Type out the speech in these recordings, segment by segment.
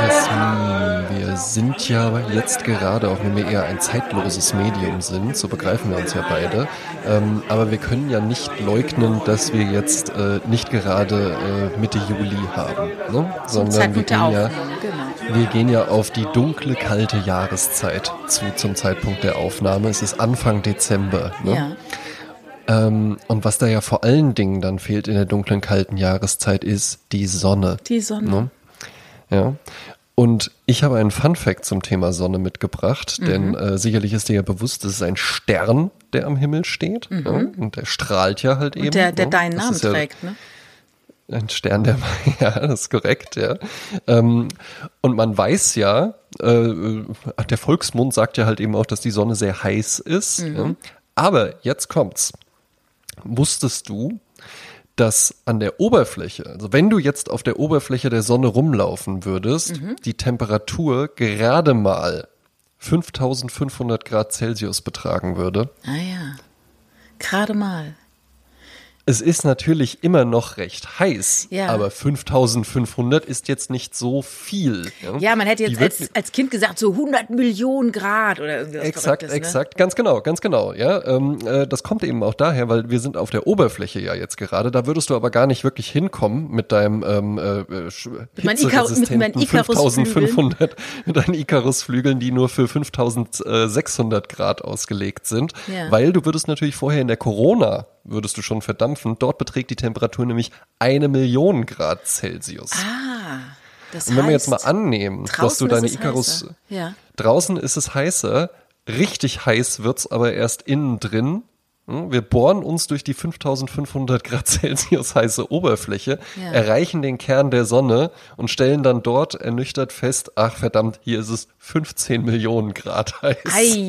Jasmin, wir sind ja jetzt gerade, auch wenn wir eher ein zeitloses Medium sind, so begreifen wir uns ja beide, aber wir können ja nicht leugnen, dass wir jetzt nicht gerade Mitte Juli haben, ne? Sondern wir gehen ja auf die dunkle, kalte Jahreszeit zum Zeitpunkt der Aufnahme. Es ist Anfang Dezember, ne? Ja. Und was da ja vor allen Dingen dann fehlt in der dunklen, kalten Jahreszeit ist die Sonne. Die Sonne. Ne? Ja. Und ich habe einen Funfact zum Thema Sonne mitgebracht, denn sicherlich ist dir ja bewusst, das ist ein Stern, der am Himmel steht. Ja? Und der strahlt ja halt eben. Und der ne? deinen Das Namen ist ja trägt, ne? ein Stern, ja, das ist korrekt, ja. Und man weiß ja, der Volksmund sagt ja halt eben auch, dass die Sonne sehr heiß ist. Ja? Aber jetzt kommt's. Wusstest du, dass an der Oberfläche, also wenn du jetzt auf der Oberfläche der Sonne rumlaufen würdest, die Temperatur gerade mal 5500 Grad Celsius betragen würde? Ah ja, gerade mal. Es ist natürlich immer noch recht heiß, Ja. aber 5500 ist jetzt nicht so viel. Ja, man hätte jetzt als Kind gesagt, so 100 Millionen Grad oder irgendwas Verrücktes, ne? Exakt, ganz genau, ja. Das kommt eben auch daher, weil wir sind auf der Oberfläche ja jetzt gerade, da würdest du aber gar nicht wirklich hinkommen mit deinem hitzeresistenten 5500, mit deinen Icarus-Flügeln, die nur für 5600 Grad ausgelegt sind, Ja. weil du würdest natürlich vorher in der Corona würdest du schon verdampfen. Dort beträgt die Temperatur nämlich 1 Million Grad Celsius. Ah, das Und wenn wir jetzt heißt, mal annehmen, dass du draußen deine ist es Icarus, heißer. Ja. draußen ist es heißer, richtig heiß wird's aber erst innen drin. Wir bohren uns durch die 5500 Grad Celsius heiße Oberfläche, Ja. erreichen den Kern der Sonne und stellen dann dort ernüchtert fest, ach verdammt, hier ist es 15 Millionen Grad heiß.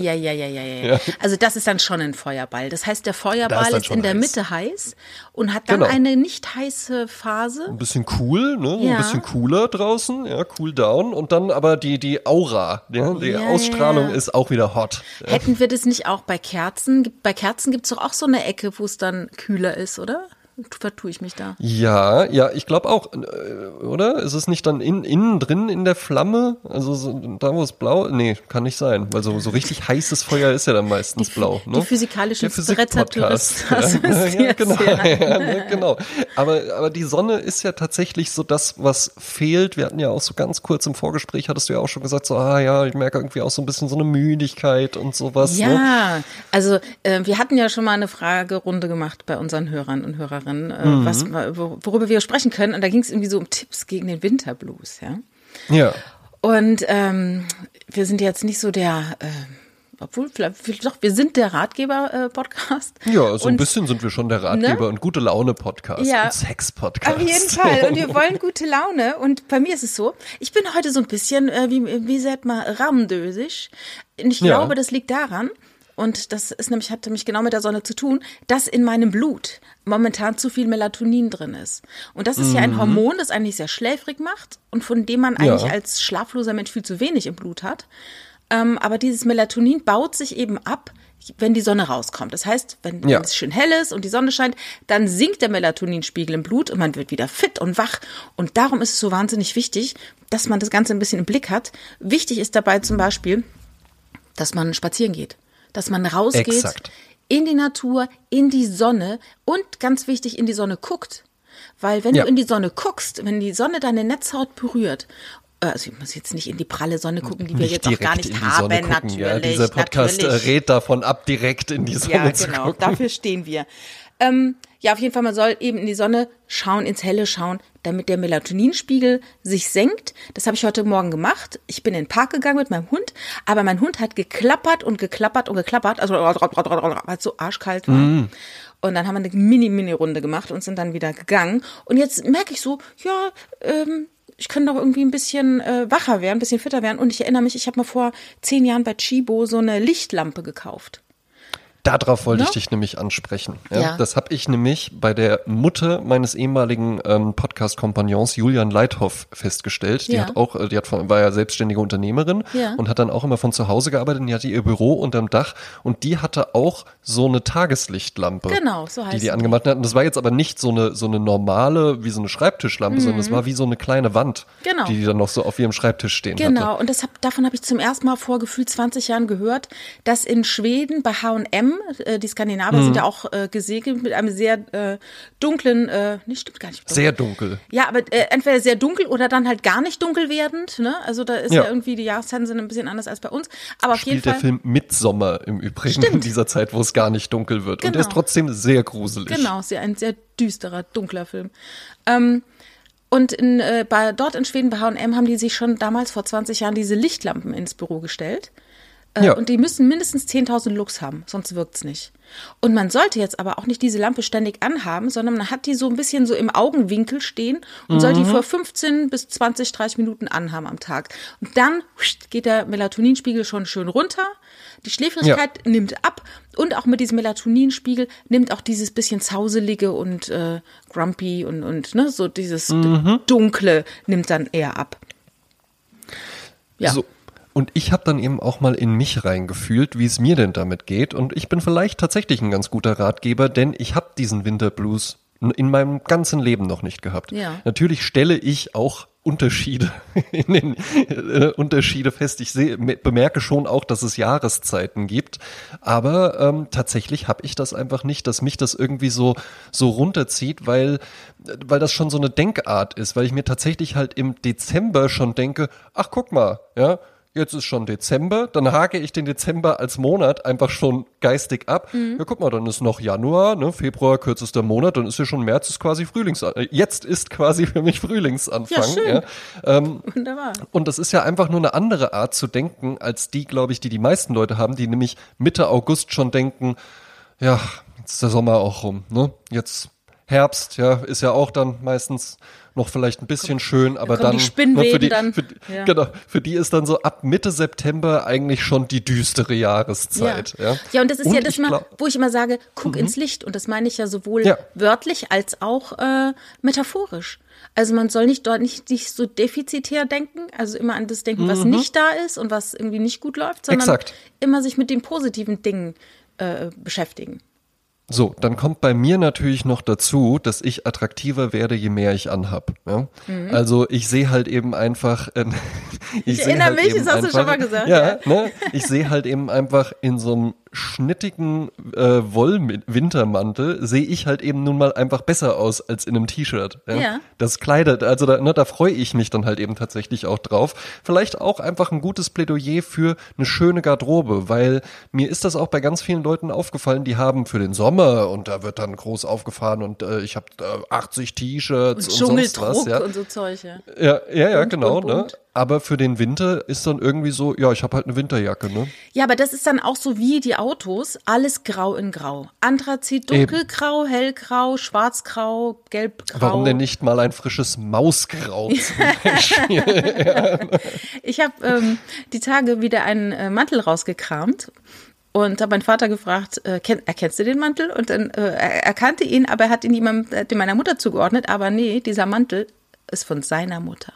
Ja. Also das ist dann schon ein Feuerball. Das heißt, der Feuerball ist in der Mitte heiß und hat dann Genau. eine nicht heiße Phase. Ein bisschen cool, ne? Ja. Ein bisschen cooler draußen, ja, cool down. Und dann aber die Aura, ja, die Ja, Ausstrahlung ja. ist auch wieder hot. Ja. Hätten wir das nicht auch bei Kerzen? Bei Kerzen gibt es doch auch so eine Ecke, wo es dann kühler ist, oder? Vertue ich mich da? Ja, ich glaube auch, oder? Ist es nicht dann innen drin in der Flamme? Also so, da, wo es blau? Nee, kann nicht sein, weil so richtig heißes Feuer ist ja dann meistens blau. Ne? Die physikalische Der Bretter-Tourist. Ja, genau. Aber die Sonne ist ja tatsächlich so das, was fehlt. Wir hatten ja auch so ganz kurz im Vorgespräch, hattest du ja auch schon gesagt, so, ich merke irgendwie auch so ein bisschen so eine Müdigkeit und sowas. Ja, ne? Also wir hatten ja schon mal eine Fragerunde gemacht bei unseren Hörern und Hörerinnen, worüber wir sprechen können. Und da ging es irgendwie so um Tipps gegen den Winterblues, ja. Ja. Und wir sind jetzt nicht so der, obwohl, vielleicht doch, wir sind der Ratgeber-Podcast. Ja, so ein Und, bisschen sind wir schon der Ratgeber und gute Laune-Podcast Ja. und Sex-Podcast. Auf jeden Fall. Und wir wollen gute Laune. Und bei mir ist es so, ich bin heute so ein bisschen, wie sagt man, ramdösig. Und ich glaube, das liegt daran, und das ist nämlich, hat nämlich genau mit der Sonne zu tun, dass in meinem Blut momentan zu viel Melatonin drin ist. Und das ist ja ein Hormon, das eigentlich sehr schläfrig macht und von dem man eigentlich als schlafloser Mensch viel zu wenig im Blut hat. Aber dieses Melatonin baut sich eben ab, wenn die Sonne rauskommt. Das heißt, wenn es schön hell ist und die Sonne scheint, dann sinkt der Melatoninspiegel im Blut und man wird wieder fit und wach. Und darum ist es so wahnsinnig wichtig, dass man das Ganze ein bisschen im Blick hat. Wichtig ist dabei zum Beispiel, dass man spazieren geht. Dass man rausgeht, Exakt. In die Natur, in die Sonne und ganz wichtig, in die Sonne guckt. Weil wenn du in die Sonne guckst, wenn die Sonne deine Netzhaut berührt, also ich muss jetzt nicht in die pralle Sonne gucken, die wir jetzt auch gar nicht haben, natürlich. Ja, dieser Podcast rät davon ab, direkt in die Sonne zu gucken. Ja, dafür stehen wir. Auf jeden Fall, man soll eben in die Sonne schauen, ins Helle schauen, damit der Melatoninspiegel sich senkt. Das habe ich heute Morgen gemacht. Ich bin in den Park gegangen mit meinem Hund, aber mein Hund hat geklappert, also weil es so arschkalt war. Und dann haben wir eine Mini-Runde gemacht und sind dann wieder gegangen. Und jetzt merke ich so, ich kann doch irgendwie ein bisschen wacher werden, ein bisschen fitter werden. Und ich erinnere mich, ich habe mal vor 10 Jahren bei Chibo so eine Lichtlampe gekauft. Darauf wollte ich dich nämlich ansprechen. Ja? Das habe ich nämlich bei der Mutter meines ehemaligen Podcast-Kompagnons Julian Leithoff festgestellt. Die war ja selbstständige Unternehmerin und hat dann auch immer von zu Hause gearbeitet. Und die hatte ihr Büro unterm Dach und die hatte auch so eine Tageslichtlampe. Genau, so heißt die angemacht hat. Und das war jetzt aber nicht so eine normale, wie so eine Schreibtischlampe, sondern das war wie so eine kleine Wand, die dann noch so auf ihrem Schreibtisch stehen hatte. Genau, und davon habe ich zum ersten Mal vor gefühlt 20 Jahren gehört, dass in Schweden bei H&M, die Skandinavier sind ja auch gesegelt mit einem sehr dunklen, stimmt gar nicht. Sehr dunkel. Ja, aber entweder sehr dunkel oder dann halt gar nicht dunkel werdend, ne? Also da ist ja irgendwie, die Jahreszeiten sind ein bisschen anders als bei uns. Aber auf jeden Fall. Der Film Midsommar im Übrigen in dieser Zeit, wo es gar nicht dunkel wird. Genau. Und der ist trotzdem sehr gruselig. Genau, ein sehr düsterer, dunkler Film. Und dort in Schweden bei H&M haben die sich schon damals vor 20 Jahren diese Lichtlampen ins Büro gestellt. Und die müssen mindestens 10.000 Lux haben, sonst wirkt's nicht. Und man sollte jetzt aber auch nicht diese Lampe ständig anhaben, sondern man hat die so ein bisschen so im Augenwinkel stehen und soll die vor 15 bis 20, 30 Minuten anhaben am Tag. Und dann geht der Melatoninspiegel schon schön runter, die Schläfrigkeit nimmt ab und auch mit diesem Melatoninspiegel nimmt auch dieses bisschen Zauselige und grumpy und ne, so dieses Dunkle nimmt dann eher ab. Ja. So. Und ich habe dann eben auch mal in mich reingefühlt, wie es mir denn damit geht. Und ich bin vielleicht tatsächlich ein ganz guter Ratgeber, denn ich habe diesen Winterblues in meinem ganzen Leben noch nicht gehabt. Ja. Natürlich stelle ich auch Unterschiede fest. Ich bemerke schon auch, dass es Jahreszeiten gibt, aber tatsächlich habe ich das einfach nicht, dass mich das irgendwie so runterzieht, weil das schon so eine Denkart ist, weil ich mir tatsächlich halt im Dezember schon denke, ach guck mal, ja, jetzt ist schon Dezember, dann hake ich den Dezember als Monat einfach schon geistig ab. Ja, guck mal, dann ist noch Januar, ne, Februar, kürzester Monat, dann ist ja schon März, ist quasi jetzt ist quasi für mich Frühlingsanfang. Ja, schön. Ja. Wunderbar. Und das ist ja einfach nur eine andere Art zu denken, als die, glaube ich, die meisten Leute haben, die nämlich Mitte August schon denken, ja, jetzt ist der Sommer auch rum, ne, jetzt Herbst, ja, ist ja auch dann meistens noch vielleicht ein bisschen schön, aber dann, die Spinnweben genau, für die ist dann so ab Mitte September eigentlich schon die düstere Jahreszeit. Ja, und das ist das mal, wo ich immer sage, guck ins Licht. Und das meine ich ja sowohl wörtlich als auch metaphorisch. Also man soll nicht so defizitär denken, also immer an das denken, was nicht da ist und was irgendwie nicht gut läuft, sondern immer sich mit den positiven Dingen beschäftigen. So, dann kommt bei mir natürlich noch dazu, dass ich attraktiver werde, je mehr ich anhab. Ja? Also ich sehe halt eben einfach... ich erinnere mich, das hast du schon mal gesagt. Ja, ne? Ich sehe halt eben einfach in so einem schnittigen Wollwintermantel sehe ich halt eben nun mal einfach besser aus als in einem T-Shirt. Ja? Das kleidet, also da freue ich mich dann halt eben tatsächlich auch drauf. Vielleicht auch einfach ein gutes Plädoyer für eine schöne Garderobe, weil mir ist das auch bei ganz vielen Leuten aufgefallen, die haben für den Sommer und da wird dann groß aufgefahren und ich habe 80 T-Shirts und sonst was. Ja. Und so Zeug, Ja, genau. Ne? Aber für den Winter ist dann irgendwie so, ja, ich habe halt eine Winterjacke, ne? Ja, aber das ist dann auch so wie die Autos, alles grau in grau. Anthrazit, dunkelgrau, hellgrau, schwarzgrau, gelbgrau. Warum denn nicht mal ein frisches Mausgrau zum Beispiel? Ich habe die Tage wieder einen Mantel rausgekramt. Und habe meinen Vater gefragt, erkennst du den Mantel? Und dann er kannte ihn, aber er hat ihn meiner Mutter zugeordnet. Aber nee, dieser Mantel ist von seiner Mutter.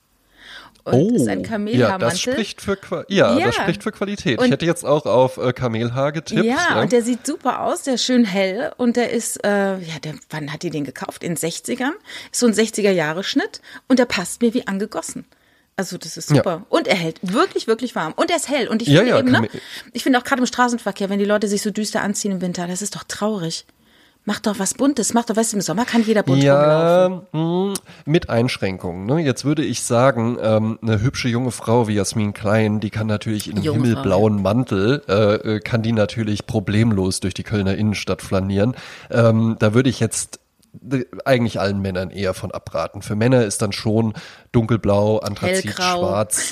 Und ist ein Kamelhaarmantel. Das spricht für Qualität. Ich hätte jetzt auch auf Kamelhaar getippt. Ja, und der sieht super aus, der ist schön hell und der ist, wann hat die den gekauft? In den 60ern? Ist so ein 60er-Jahre-Schnitt und der passt mir wie angegossen. Also das ist super. Ja. Und er hält wirklich, wirklich warm. Und er ist hell. Und ich finde ich finde auch gerade im Straßenverkehr, wenn die Leute sich so düster anziehen im Winter, das ist doch traurig. Mach doch was Buntes, weißt du, im Sommer kann jeder bunt rumlaufen. Mit Einschränkungen. Ne? Jetzt würde ich sagen, eine hübsche junge Frau wie Jasmin Klein, die kann natürlich in einem himmelblauen Mantel, kann die natürlich problemlos durch die Kölner Innenstadt flanieren. Da würde ich jetzt eigentlich allen Männern eher von abraten. Für Männer ist dann schon dunkelblau, Anthrazit, hellgrau, schwarz,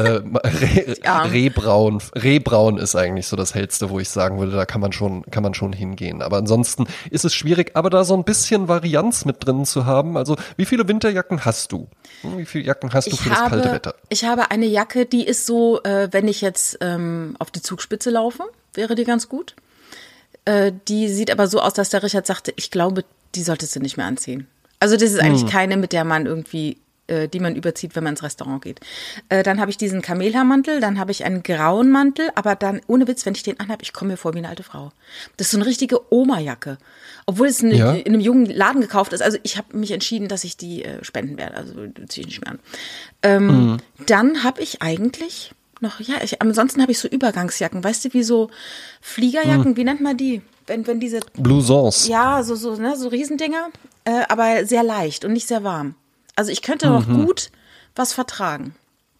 Rehbraun. Rehbraun ist eigentlich so das Hellste, wo ich sagen würde, da kann man schon hingehen. Aber ansonsten ist es schwierig, aber da so ein bisschen Varianz mit drin zu haben. Also wie viele Winterjacken hast du? Wie viele Jacken hast du für das kalte Wetter? Ich habe eine Jacke, die ist so, wenn ich jetzt auf die Zugspitze laufe, wäre die ganz gut. Die sieht aber so aus, dass der Richard sagte, ich glaube, die solltest du nicht mehr anziehen. Also das ist eigentlich keine, mit der man irgendwie, die man überzieht, wenn man ins Restaurant geht. Dann habe ich diesen Kamelhaarmantel, dann habe ich einen grauen Mantel, aber dann, ohne Witz, wenn ich den anhabe, ich komme mir vor wie eine alte Frau. Das ist so eine richtige Oma-Jacke. Obwohl es in einem jungen Laden gekauft ist. Also ich habe mich entschieden, dass ich die spenden werde. Also ziehe ich nicht mehr an. Dann habe ich eigentlich noch, ansonsten habe ich so Übergangsjacken. Weißt du, wie so Fliegerjacken, wie nennt man die? Wenn diese Blousons. Ja, so Riesendinger, aber sehr leicht und nicht sehr warm. Also ich könnte noch gut was vertragen.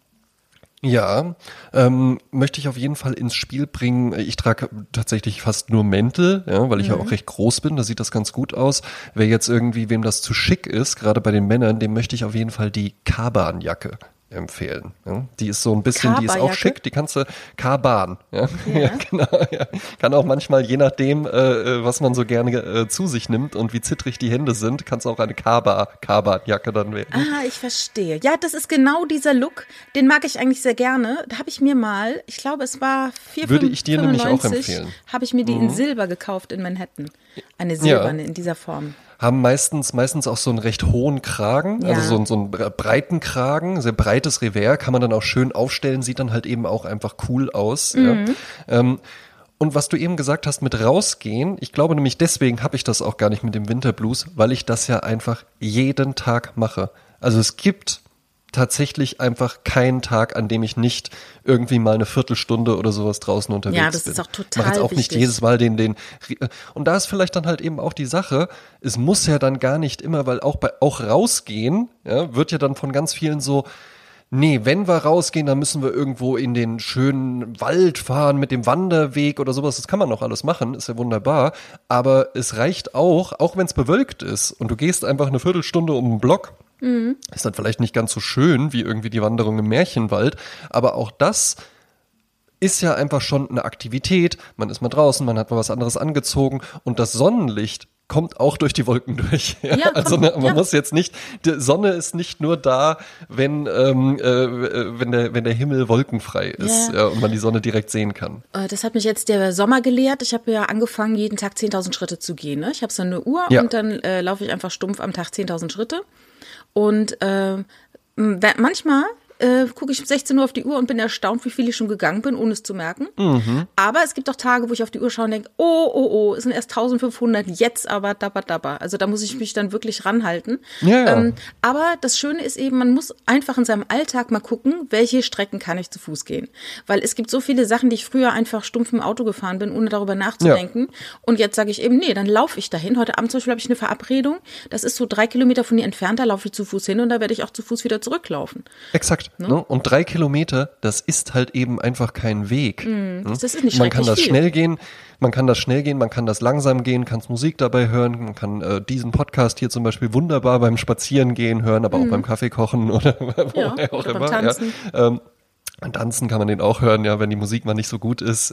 Ja, möchte ich auf jeden Fall ins Spiel bringen. Ich trage tatsächlich fast nur Mäntel, ja, weil ich ja auch recht groß bin, da sieht das ganz gut aus. Wer jetzt irgendwie, wem das zu schick ist, gerade bei den Männern, dem möchte ich auf jeden Fall die Kaban-Jacke empfehlen. Ja. Die ist so ein bisschen, die ist auch schick, die kannst du, Kaban, ja, ja genau, ja. Kann auch manchmal, je nachdem, was man so gerne zu sich nimmt und wie zittrig die Hände sind, kann es auch eine Kaban-Jacke dann werden. Ah, ich verstehe. Ja, das ist genau dieser Look, den mag ich eigentlich sehr gerne. Da habe ich mir mal, ich glaube, es war 4,95, würde ich dir nämlich auch empfehlen. Habe ich mir die in Silber gekauft in Manhattan. Eine silberne in dieser Form. Haben meistens auch so einen recht hohen Kragen, also so einen breiten Kragen, sehr breites Revers, kann man dann auch schön aufstellen, sieht dann halt eben auch einfach cool aus. Ja. Und was du eben gesagt hast mit rausgehen, ich glaube nämlich deswegen habe ich das auch gar nicht mit dem Winterblues, weil ich das ja einfach jeden Tag mache. Also es gibt tatsächlich einfach keinen Tag, an dem ich nicht irgendwie mal eine Viertelstunde oder sowas draußen unterwegs bin. Ja, das ist auch total mach jetzt auch wichtig. nicht jedes Mal und da ist vielleicht dann halt eben auch die Sache, es muss ja dann gar nicht immer, weil auch rausgehen, ja, wird ja dann von ganz vielen so, nee, wenn wir rausgehen, dann müssen wir irgendwo in den schönen Wald fahren mit dem Wanderweg oder sowas. Das kann man noch alles machen, ist ja wunderbar. Aber es reicht auch wenn es bewölkt ist und du gehst einfach eine Viertelstunde um den Block, ist dann vielleicht nicht ganz so schön wie irgendwie die Wanderung im Märchenwald, aber auch das ist ja einfach schon eine Aktivität. Man ist mal draußen, man hat mal was anderes angezogen und das Sonnenlicht kommt auch durch die Wolken durch. Ja, also man muss jetzt nicht, die Sonne ist nicht nur da, wenn der Himmel wolkenfrei ist und man die Sonne direkt sehen kann. Das hat mich jetzt der Sommer gelehrt. Ich habe ja angefangen, jeden Tag 10.000 Schritte zu gehen. Ne? Ich habe so eine Uhr und dann laufe ich einfach stumpf am Tag 10.000 Schritte. Und manchmal gucke ich um 16 Uhr auf die Uhr und bin erstaunt, wie viel ich schon gegangen bin, ohne es zu merken. Aber es gibt auch Tage, wo ich auf die Uhr schaue und denke, es sind erst 1.500, jetzt aber dabba. Also da muss ich mich dann wirklich ranhalten. Ja. Aber das Schöne ist eben, man muss einfach in seinem Alltag mal gucken, welche Strecken kann ich zu Fuß gehen. Weil es gibt so viele Sachen, die ich früher einfach stumpf im Auto gefahren bin, ohne darüber nachzudenken. Ja. Und jetzt sage ich eben, nee, dann laufe ich dahin. Heute Abend zum Beispiel habe ich eine Verabredung. Das ist so 3 Kilometer von hier entfernt, da laufe ich zu Fuß hin und da werde ich auch zu Fuß wieder zurücklaufen. Exakt. Ne? Und 3 Kilometer, das ist halt eben einfach kein Weg. Das ist nicht man kann das viel. schnell gehen, man kann das langsam gehen, kann Musik dabei hören, man kann diesen Podcast hier zum Beispiel wunderbar beim Spazierengehen hören, aber auch beim Kaffeekochen oder woher auch oder immer. Beim Tanzen. Ja. Beim Tanzen kann man den auch hören, ja, wenn die Musik mal nicht so gut ist.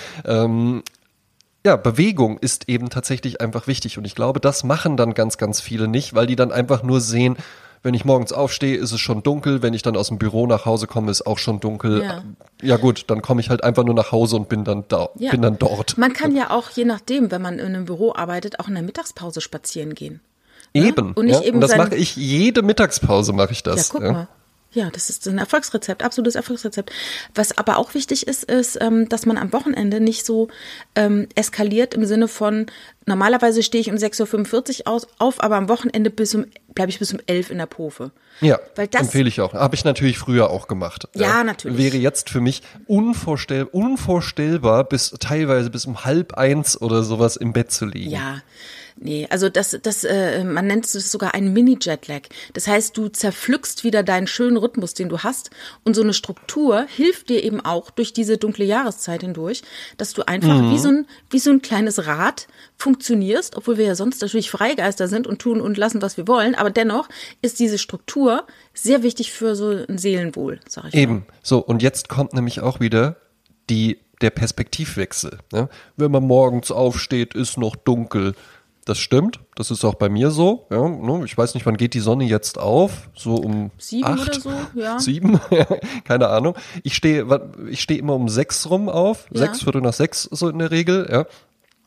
Ja. Bewegung ist eben tatsächlich einfach wichtig und ich glaube, das machen dann ganz, ganz viele nicht, weil die dann einfach nur sehen, wenn ich morgens aufstehe, ist es schon dunkel. Wenn ich dann aus dem Büro nach Hause komme, ist auch schon dunkel. Ja gut, dann komme ich halt einfach nur nach Hause und bin dann dort. Man kann ja auch, je nachdem, wenn man in einem Büro arbeitet, auch in der Mittagspause spazieren gehen. Eben. Und, nicht eben und das mache ich, jede Mittagspause mache ich das. Ja, guck mal. Ja, das ist ein Erfolgsrezept, absolutes Erfolgsrezept. Was aber auch wichtig ist, dass man am Wochenende nicht so eskaliert im Sinne von, normalerweise stehe ich um 6.45 Uhr auf, aber am Wochenende bleibe ich bis um 11 in der Pofe. Ja, weil das empfehle ich auch. Habe ich natürlich früher auch gemacht. Ja, natürlich. Wäre jetzt für mich unvorstellbar, teilweise bis um 12:30 oder sowas im Bett zu liegen. Ja. Nee, also man nennt es sogar einen Mini-Jetlag. Das heißt, du zerpflückst wieder deinen schönen Rhythmus, den du hast. Und so eine Struktur hilft dir eben auch durch diese dunkle Jahreszeit hindurch, dass du einfach wie so ein kleines Rad funktionierst, obwohl wir ja sonst natürlich Freigeister sind und tun und lassen, was wir wollen. Aber dennoch ist diese Struktur sehr wichtig für so ein Seelenwohl, sag ich mal. Eben. So, und jetzt kommt nämlich auch wieder der Perspektivwechsel. Ne? Wenn man morgens aufsteht, ist noch dunkel. Das stimmt, das ist auch bei mir so. Ja, ne? Ich weiß nicht, wann geht die Sonne jetzt auf? So um 7 8? Oder so, ja. 7? Keine Ahnung. Ich stehe immer um 6 rum auf, 6, Viertel nach 6 so in der Regel. Ja.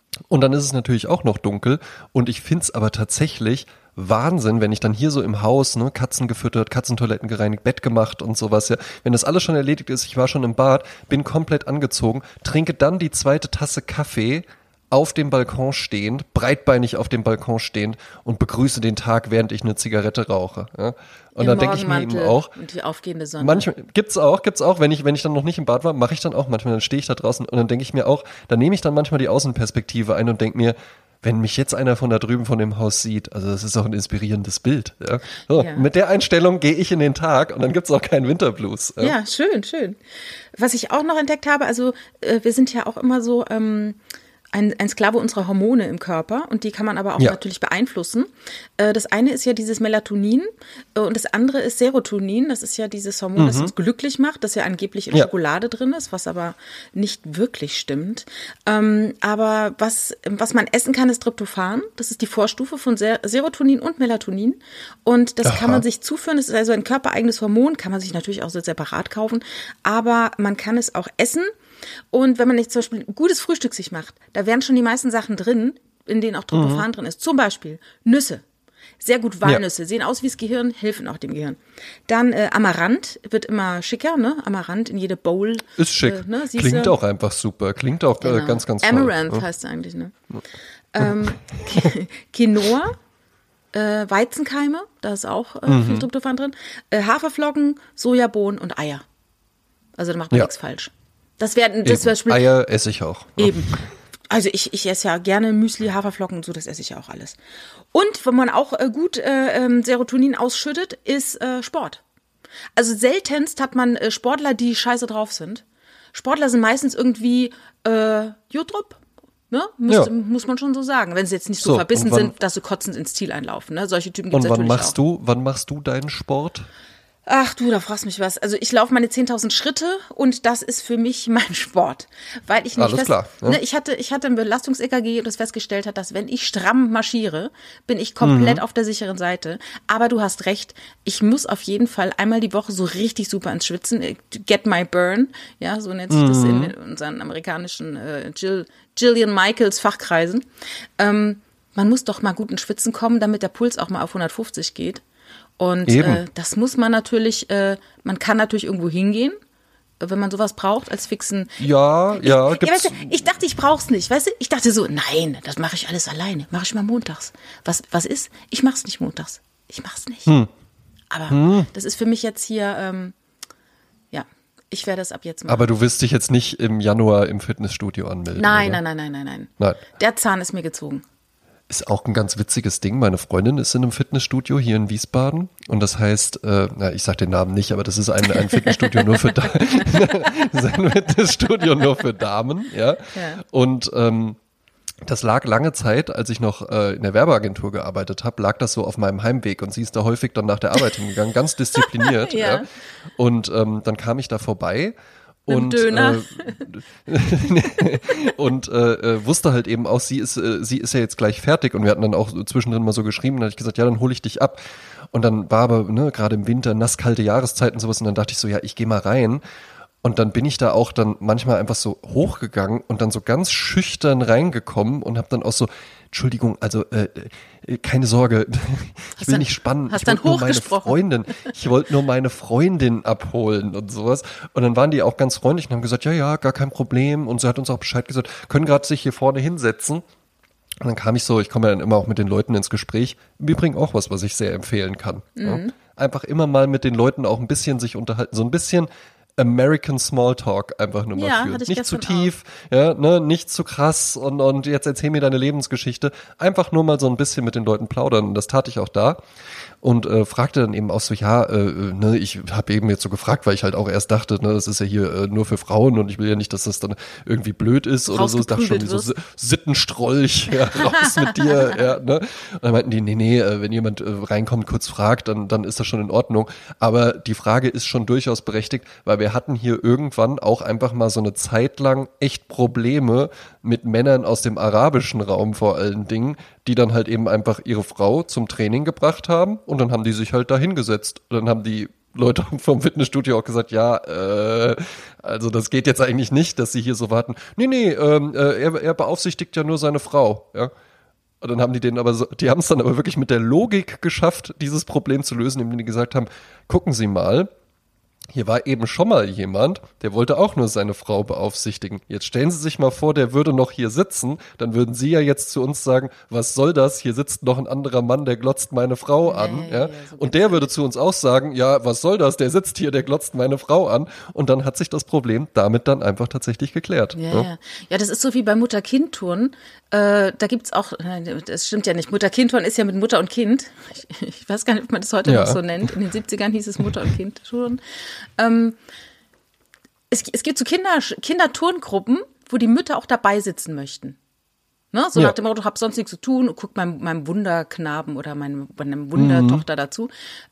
Und dann ist es natürlich auch noch dunkel und ich find's aber tatsächlich Wahnsinn, wenn ich dann hier so im Haus, ne, Katzen gefüttert, Katzentoiletten gereinigt, Bett gemacht und sowas, ja. Wenn das alles schon erledigt ist, ich war schon im Bad, bin komplett angezogen, trinke dann die zweite Tasse Kaffee auf dem Balkon stehend, breitbeinig auf dem Balkon stehend und begrüße den Tag, während ich eine Zigarette rauche. Ja. Und dann denke ich mir eben auch, und die aufgehende Sonne. Manchmal gibt's auch, wenn ich dann noch nicht im Bad war, mache ich dann auch manchmal, dann stehe ich da draußen und dann denke ich mir auch, dann nehme ich dann manchmal die Außenperspektive ein und denke mir, wenn mich jetzt einer von da drüben von dem Haus sieht, also das ist auch ein inspirierendes Bild. Ja. So, ja. Mit der Einstellung gehe ich in den Tag und dann gibt's auch keinen Winterblues. Ja, schön, schön. Was ich auch noch entdeckt habe, also wir sind ja auch immer so ein Sklave unserer Hormone im Körper und die kann man aber auch natürlich beeinflussen. Das eine ist ja dieses Melatonin und das andere ist Serotonin. Das ist ja dieses Hormon, das uns glücklich macht, das ja angeblich in Schokolade drin ist, was aber nicht wirklich stimmt. Aber was man essen kann, ist Tryptophan. Das ist die Vorstufe von Serotonin und Melatonin und das kann man sich zuführen. Das ist also ein körpereigenes Hormon, kann man sich natürlich auch so separat kaufen, aber man kann es auch essen. Und wenn man nicht zum Beispiel ein gutes Frühstück sich macht, da wären schon die meisten Sachen drin, in denen auch Tryptophan drin ist. Zum Beispiel Nüsse. Sehr gut Walnüsse. Sehen aus wie das Gehirn, helfen auch dem Gehirn. Dann Amaranth wird immer schicker, ne? Amaranth in jede Bowl. Ist schick. Ne? Klingt auch einfach super. Klingt auch ganz, ganz toll. Amaranth heißt es eigentlich, ne? Quinoa. Weizenkeime, da ist auch viel Tryptophan drin. Haferflocken, Sojabohnen und Eier. Also da macht man nichts falsch. Das wäre Eier esse ich auch. Eben. Also ich esse ja gerne Müsli, Haferflocken und so, das esse ich ja auch alles. Und wenn man auch gut Serotonin ausschüttet, ist Sport. Also seltenst hat man Sportler, die scheiße drauf sind. Sportler sind meistens irgendwie Jodrup. Ne? Muss man schon so sagen, wenn sie jetzt nicht so verbissen sind, dass sie kotzend ins Ziel einlaufen. Ne? Solche Typen gibt es natürlich auch. Wann machst du deinen Sport? Ach du, da fragst mich was. Also ich laufe meine 10.000 Schritte und das ist für mich mein Sport. Weil ich nicht klar, ja. Ne, ich hatte ein Belastungs-EKG und das festgestellt hat, dass wenn ich stramm marschiere, bin ich komplett auf der sicheren Seite. Aber du hast recht, ich muss auf jeden Fall einmal die Woche so richtig super ins Schwitzen. Get my burn. Ja, so nennt sich das in unseren amerikanischen Jillian Michaels Fachkreisen. Man muss doch mal gut ins Schwitzen kommen, damit der Puls auch mal auf 150 geht. Und das muss man natürlich, man kann natürlich irgendwo hingehen, wenn man sowas braucht, als fixen. Ja, gibt's. Weißt du, ich dachte, ich brauch's nicht, weißt du? Ich dachte so, nein, das mache ich alles alleine, mache ich mal montags. Was ist? Ich mach's nicht montags. Ich mach's nicht. Aber das ist für mich jetzt hier, ich werde es ab jetzt machen. Aber du wirst dich jetzt nicht im Januar im Fitnessstudio anmelden, Nein. oder? Nein. Der Zahn ist mir gezogen. Ist auch ein ganz witziges Ding. Meine Freundin ist in einem Fitnessstudio hier in Wiesbaden und das heißt, ich sag den Namen nicht, aber das ist ein Fitnessstudio nur für das ist ein Fitnessstudio nur für Damen, ja. Und das lag lange Zeit, als ich noch in der Werbeagentur gearbeitet habe, lag das so auf meinem Heimweg und sie ist da häufig dann nach der Arbeit hingegangen, ganz diszipliniert. ja. Und dann kam ich da vorbei. Und Döner. Und wusste halt eben auch, sie ist ja jetzt gleich fertig und wir hatten dann auch zwischendrin mal so geschrieben, da hatte ich gesagt, ja, dann hole ich dich ab. Und dann war aber gerade im Winter nasskalte Jahreszeit und sowas und dann dachte ich so, ja, ich gehe mal rein. Und dann bin ich da auch dann manchmal einfach so hochgegangen und dann so ganz schüchtern reingekommen und habe dann auch so, Entschuldigung, also keine Sorge, ich will nicht spannen. Ich wollte nur meine Freundin abholen und sowas. Und dann waren die auch ganz freundlich und haben gesagt, ja, gar kein Problem. Und sie hat uns auch Bescheid gesagt, können gerade sich hier vorne hinsetzen. Und dann kam ich komme ja dann immer auch mit den Leuten ins Gespräch. Im Übrigen auch was ich sehr empfehlen kann. Ja? Einfach immer mal mit den Leuten auch ein bisschen sich unterhalten, so ein bisschen American Smalltalk einfach nur mal führen. Nicht zu tief, nicht zu krass und jetzt erzähl mir deine Lebensgeschichte. Einfach nur mal so ein bisschen mit den Leuten plaudern. Und das tat ich auch da. Und fragte dann eben auch so, ich habe eben jetzt so gefragt, weil ich halt auch erst dachte, das ist ja hier nur für Frauen und ich will ja nicht, dass das dann irgendwie blöd ist oder so. Ich dachte schon, so Sittenstrolch, raus mit dir. Ja, ne? Und dann meinten die, nee, wenn jemand reinkommt, kurz fragt, dann ist das schon in Ordnung. Aber die Frage ist schon durchaus berechtigt, weil wir hatten hier irgendwann auch einfach mal so eine Zeit lang echt Probleme mit Männern aus dem arabischen Raum vor allen Dingen, die dann halt eben einfach ihre Frau zum Training gebracht haben und dann haben die sich halt da hingesetzt. Und dann haben die Leute vom Fitnessstudio auch gesagt, ja, also das geht jetzt eigentlich nicht, dass sie hier so warten. Nee, er beaufsichtigt ja nur seine Frau, ja. Und dann haben die die haben es dann aber wirklich mit der Logik geschafft, dieses Problem zu lösen, indem die gesagt haben, gucken Sie mal, hier war eben schon mal jemand, der wollte auch nur seine Frau beaufsichtigen. Jetzt stellen Sie sich mal vor, der würde noch hier sitzen, dann würden Sie ja jetzt zu uns sagen, was soll das? Hier sitzt noch ein anderer Mann, der glotzt meine Frau an. Ja? So und der würde zu uns auch sagen, ja, was soll das? Der sitzt hier, der glotzt meine Frau an. Und dann hat sich das Problem damit dann einfach tatsächlich geklärt. Ja, das ist so wie bei Mutter-Kind-Turnen. Da gibt's auch, das stimmt ja nicht, Mutter-Kind-Turnen ist ja mit Mutter und Kind. Ich weiß gar nicht, ob man das heute noch so nennt. In den 70ern hieß es Mutter- und Kind-Turnen. Es gibt so Kinderturngruppen, wo die Mütter auch dabei sitzen möchten. Ne? So nach dem Motto, hab sonst nichts zu tun und guck meinem Wunderknaben oder meiner Wundertochter dazu.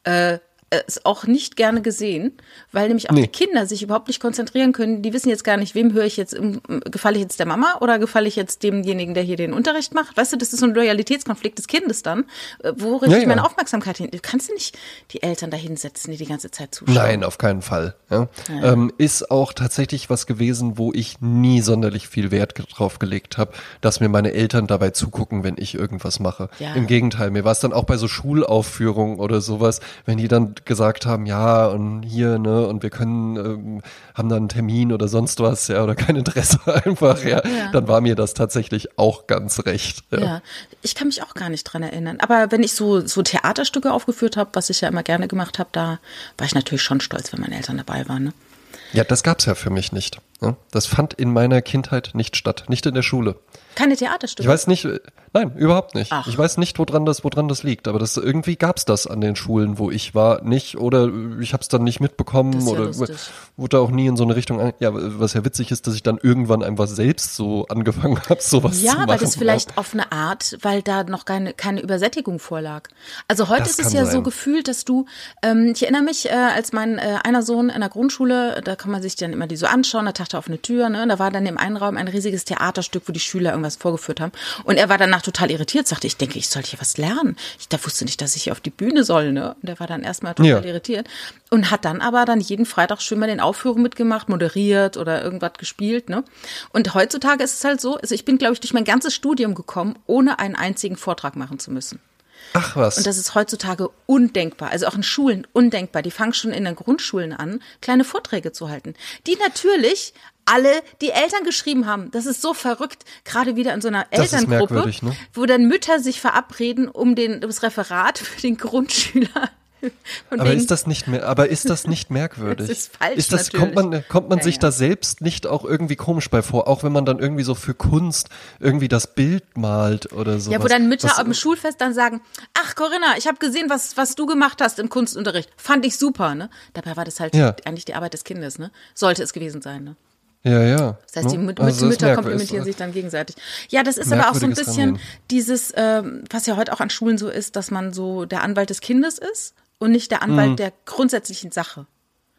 Ist auch nicht gerne gesehen, weil nämlich auch die Kinder sich überhaupt nicht konzentrieren können. Die wissen jetzt gar nicht, wem höre ich jetzt, gefalle ich jetzt der Mama oder gefalle ich jetzt demjenigen, der hier den Unterricht macht? Weißt du, das ist so ein Loyalitätskonflikt des Kindes dann. Wo richte ich meine Aufmerksamkeit hin? Du kannst ja nicht die Eltern da hinsetzen, die ganze Zeit zuschauen. Nein, auf keinen Fall. Ja. Ist auch tatsächlich was gewesen, wo ich nie sonderlich viel Wert drauf gelegt habe, dass mir meine Eltern dabei zugucken, wenn ich irgendwas mache. Ja. Im Gegenteil, mir war es dann auch bei so Schulaufführungen oder sowas, wenn die dann gesagt haben, ja, und hier, ne, und wir können, haben dann einen Termin oder sonst was, ja, oder kein Interesse einfach, dann war mir das tatsächlich auch ganz recht. Ja, ich kann mich auch gar nicht dran erinnern. Aber wenn ich so Theaterstücke aufgeführt habe, was ich ja immer gerne gemacht habe, da war ich natürlich schon stolz, wenn meine Eltern dabei waren, ne? Ja, das gab's ja für mich nicht. Ja? Das fand in meiner Kindheit nicht statt, nicht in der Schule. Keine Theaterstücke? Ich weiß nicht, nein, überhaupt nicht. Ach. Ich weiß nicht, woran das liegt, aber irgendwie gab's das an den Schulen, wo ich war, nicht, oder ich habe es dann nicht mitbekommen oder wurde auch nie in so eine Richtung, was ja witzig ist, dass ich dann irgendwann einfach selbst so angefangen habe, sowas zu machen. Ja, weil das vielleicht auf eine Art, weil da noch keine Übersättigung vorlag. Also heute ist es ja so gefühlt, dass du, ich erinnere mich, als mein einer Sohn in der Grundschule, da kann man sich dann immer die so anschauen, da tachte auf eine Tür, ne, da war dann im einen Raum ein riesiges Theaterstück, wo die Schüler irgendwas vorgeführt haben. Und er war danach total irritiert, sagte, ich denke, ich soll hier was lernen. Ich wusste nicht, dass ich hier auf die Bühne soll, ne? Und er war dann erstmal total irritiert. Und hat dann aber jeden Freitag schön mal den Aufführungen mitgemacht, moderiert oder irgendwas gespielt, ne? Und heutzutage ist es halt so, also ich bin, glaube ich, durch mein ganzes Studium gekommen, ohne einen einzigen Vortrag machen zu müssen. Ach was. Und das ist heutzutage undenkbar, also auch in Schulen undenkbar. Die fangen schon in den Grundschulen an, kleine Vorträge zu halten, die natürlich alle die Eltern geschrieben haben. Das ist so verrückt, gerade wieder in so einer Elterngruppe, ne? Wo dann Mütter sich verabreden, um das Referat für den Grundschüler. Aber ist das nicht merkwürdig? Das ist falsch, natürlich. Kommt man sich da selbst nicht auch irgendwie komisch bei vor, auch wenn man dann irgendwie so für Kunst irgendwie das Bild malt oder so. Ja, wo dann Mütter am Schulfest dann sagen, ach Corinna, ich habe gesehen, was du gemacht hast im Kunstunterricht. Fand ich super, ne? Dabei war das halt eigentlich die Arbeit des Kindes, ne? Sollte es gewesen sein, ne? Ja. Das heißt, die Mütter komplimentieren sich dann gegenseitig. Ja, das ist aber auch so ein bisschen dieses, was ja heute auch an Schulen so ist, dass man so der Anwalt des Kindes ist und nicht der Anwalt der grundsätzlichen Sache.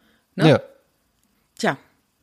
Ne? Ja.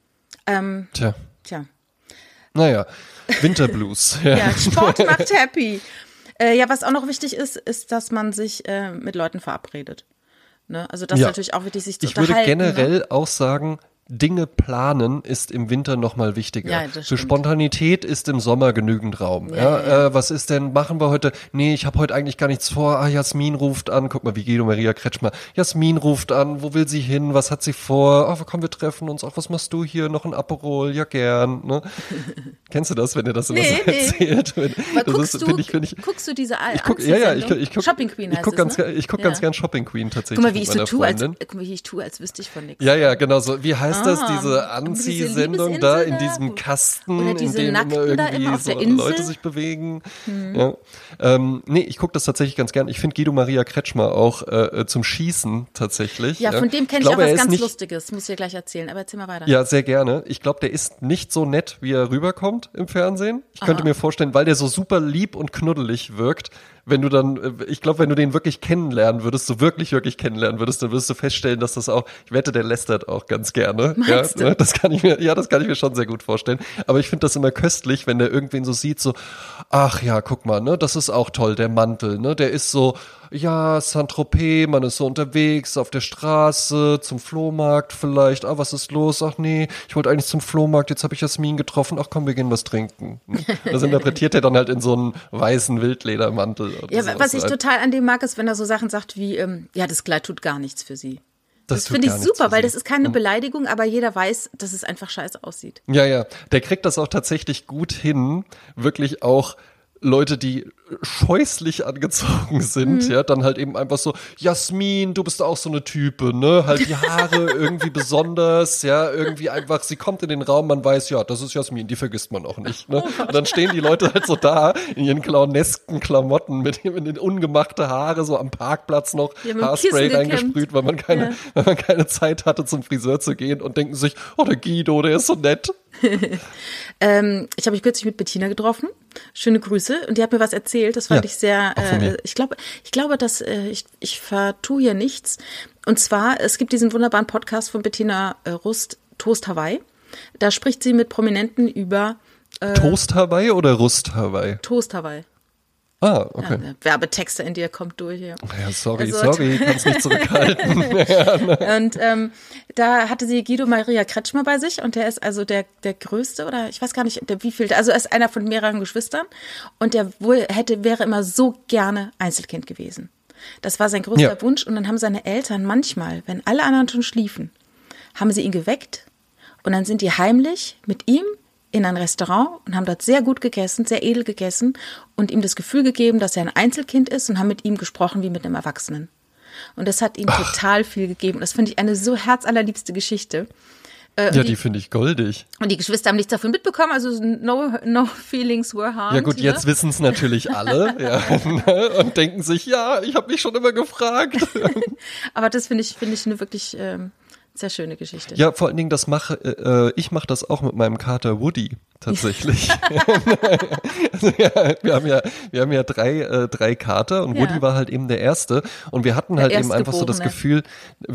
Tja. Naja, Winterblues. Ja, Sport macht happy. Ja, was auch noch wichtig ist, dass man sich mit Leuten verabredet. Ne? Also das ist natürlich auch wichtig, sich zu unterhalten. Ich würde generell auch sagen, Dinge planen ist im Winter noch mal wichtiger. Ja, für Spontanität ist im Sommer genügend Raum. Was ist denn, machen wir heute? Nee, ich habe heute eigentlich gar nichts vor. Ah, Jasmin ruft an. Guck mal, wie Guido Maria Kretschmer. Jasmin ruft an. Wo will sie hin? Was hat sie vor? Ach, komm, wir treffen uns. Ach, was machst du hier? Noch ein Aperol? Ja, gern. Ne? Kennst du das, wenn er das immer so erzählt? Guckst du diese ich guck Shopping Queen heißt Ich guck ganz gern Shopping Queen tatsächlich. Guck mal, wie ich tue, als wüsste ich von nichts. Ja, genau so. Wie heißt das, diese Anziehsendung da in diesem Kasten, oder diese in dem Nackten da immer auf der Insel. Leute sich bewegen. Ja. Ich gucke das tatsächlich ganz gern. Ich finde Guido Maria Kretschmer auch zum Schießen tatsächlich. Ja, von dem kenne ich auch was ganz Lustiges, muss ich dir gleich erzählen, aber erzähl mal weiter. Ja, sehr gerne. Ich glaube, der ist nicht so nett, wie er rüberkommt im Fernsehen. Ich könnte mir vorstellen, weil der so super lieb und knuddelig wirkt, wenn du den wirklich kennenlernen würdest, dann würdest du feststellen, dass das auch, ich wette, der lästert auch ganz gerne. Meinst du? Das kann ich mir schon sehr gut vorstellen. Aber ich finde das immer köstlich, wenn der irgendwen so sieht, so, ach ja, guck mal, ne, das ist auch toll, der Mantel, ne, der ist so, ja, Saint-Tropez, man ist so unterwegs, auf der Straße, zum Flohmarkt vielleicht, was ist los? Ach nee, ich wollte eigentlich zum Flohmarkt, jetzt habe ich Jasmin getroffen, ach komm, wir gehen was trinken. Das interpretiert er dann halt in so einen weißen Wildledermantel. Oder ja, was ich total an dem mag, ist, wenn er so Sachen sagt wie, ja, das Kleid tut gar nichts für sie. Das finde ich super, weil das ist keine Beleidigung, aber jeder weiß, dass es einfach scheiße aussieht. Ja, der kriegt das auch tatsächlich gut hin, wirklich auch Leute, die scheußlich angezogen sind, ja, dann halt eben einfach so, Jasmin, du bist auch so eine Type, ne, halt die Haare irgendwie besonders, ja, irgendwie einfach, sie kommt in den Raum, man weiß, ja, das ist Jasmin, die vergisst man auch nicht, ne, und dann stehen die Leute halt so da, in ihren clownesken Klamotten, mit den ungemachte Haare, so am Parkplatz noch, Haarspray reingesprüht, weil man keine Zeit hatte, zum Friseur zu gehen und denken sich, oh, der Guido, der ist so nett. Ich habe mich kürzlich mit Bettina getroffen. Schöne Grüße. Und die hat mir was erzählt. Das fand ich sehr, ich glaube, dass ich vertue hier nichts. Und zwar, es gibt diesen wunderbaren Podcast von Bettina Rust, Toast Hawaii. Da spricht sie mit Prominenten über Toast Hawaii oder Rust Hawaii? Toast Hawaii. Ah, okay. Ja, Werbetexter in dir kommt durch hier. Ja, sorry, kannst nicht zurückhalten. Und da hatte sie Guido Maria Kretschmer bei sich und der ist also der größte oder ich weiß gar nicht, der wievielte, also er ist einer von mehreren Geschwistern und der wäre immer so gerne Einzelkind gewesen. Das war sein größter Wunsch und dann haben seine Eltern manchmal, wenn alle anderen schon schliefen, haben sie ihn geweckt und dann sind die heimlich mit ihm in ein Restaurant und haben dort sehr gut gegessen, sehr edel gegessen und ihm das Gefühl gegeben, dass er ein Einzelkind ist und haben mit ihm gesprochen wie mit einem Erwachsenen. Und das hat ihm total viel gegeben. Und das finde ich eine so herzallerliebste Geschichte. Die finde ich goldig. Und die Geschwister haben nichts davon mitbekommen, also no feelings were harmed. Ja gut, jetzt wissen es natürlich alle und denken sich, ja, ich habe mich schon immer gefragt. Aber das finde ich eine wirklich sehr schöne Geschichte. Ja, vor allen Dingen, ich mache das auch mit meinem Kater Woody tatsächlich. Also, wir haben ja drei Kater und Woody war halt eben der erste und wir hatten halt eben einfach so das Gefühl,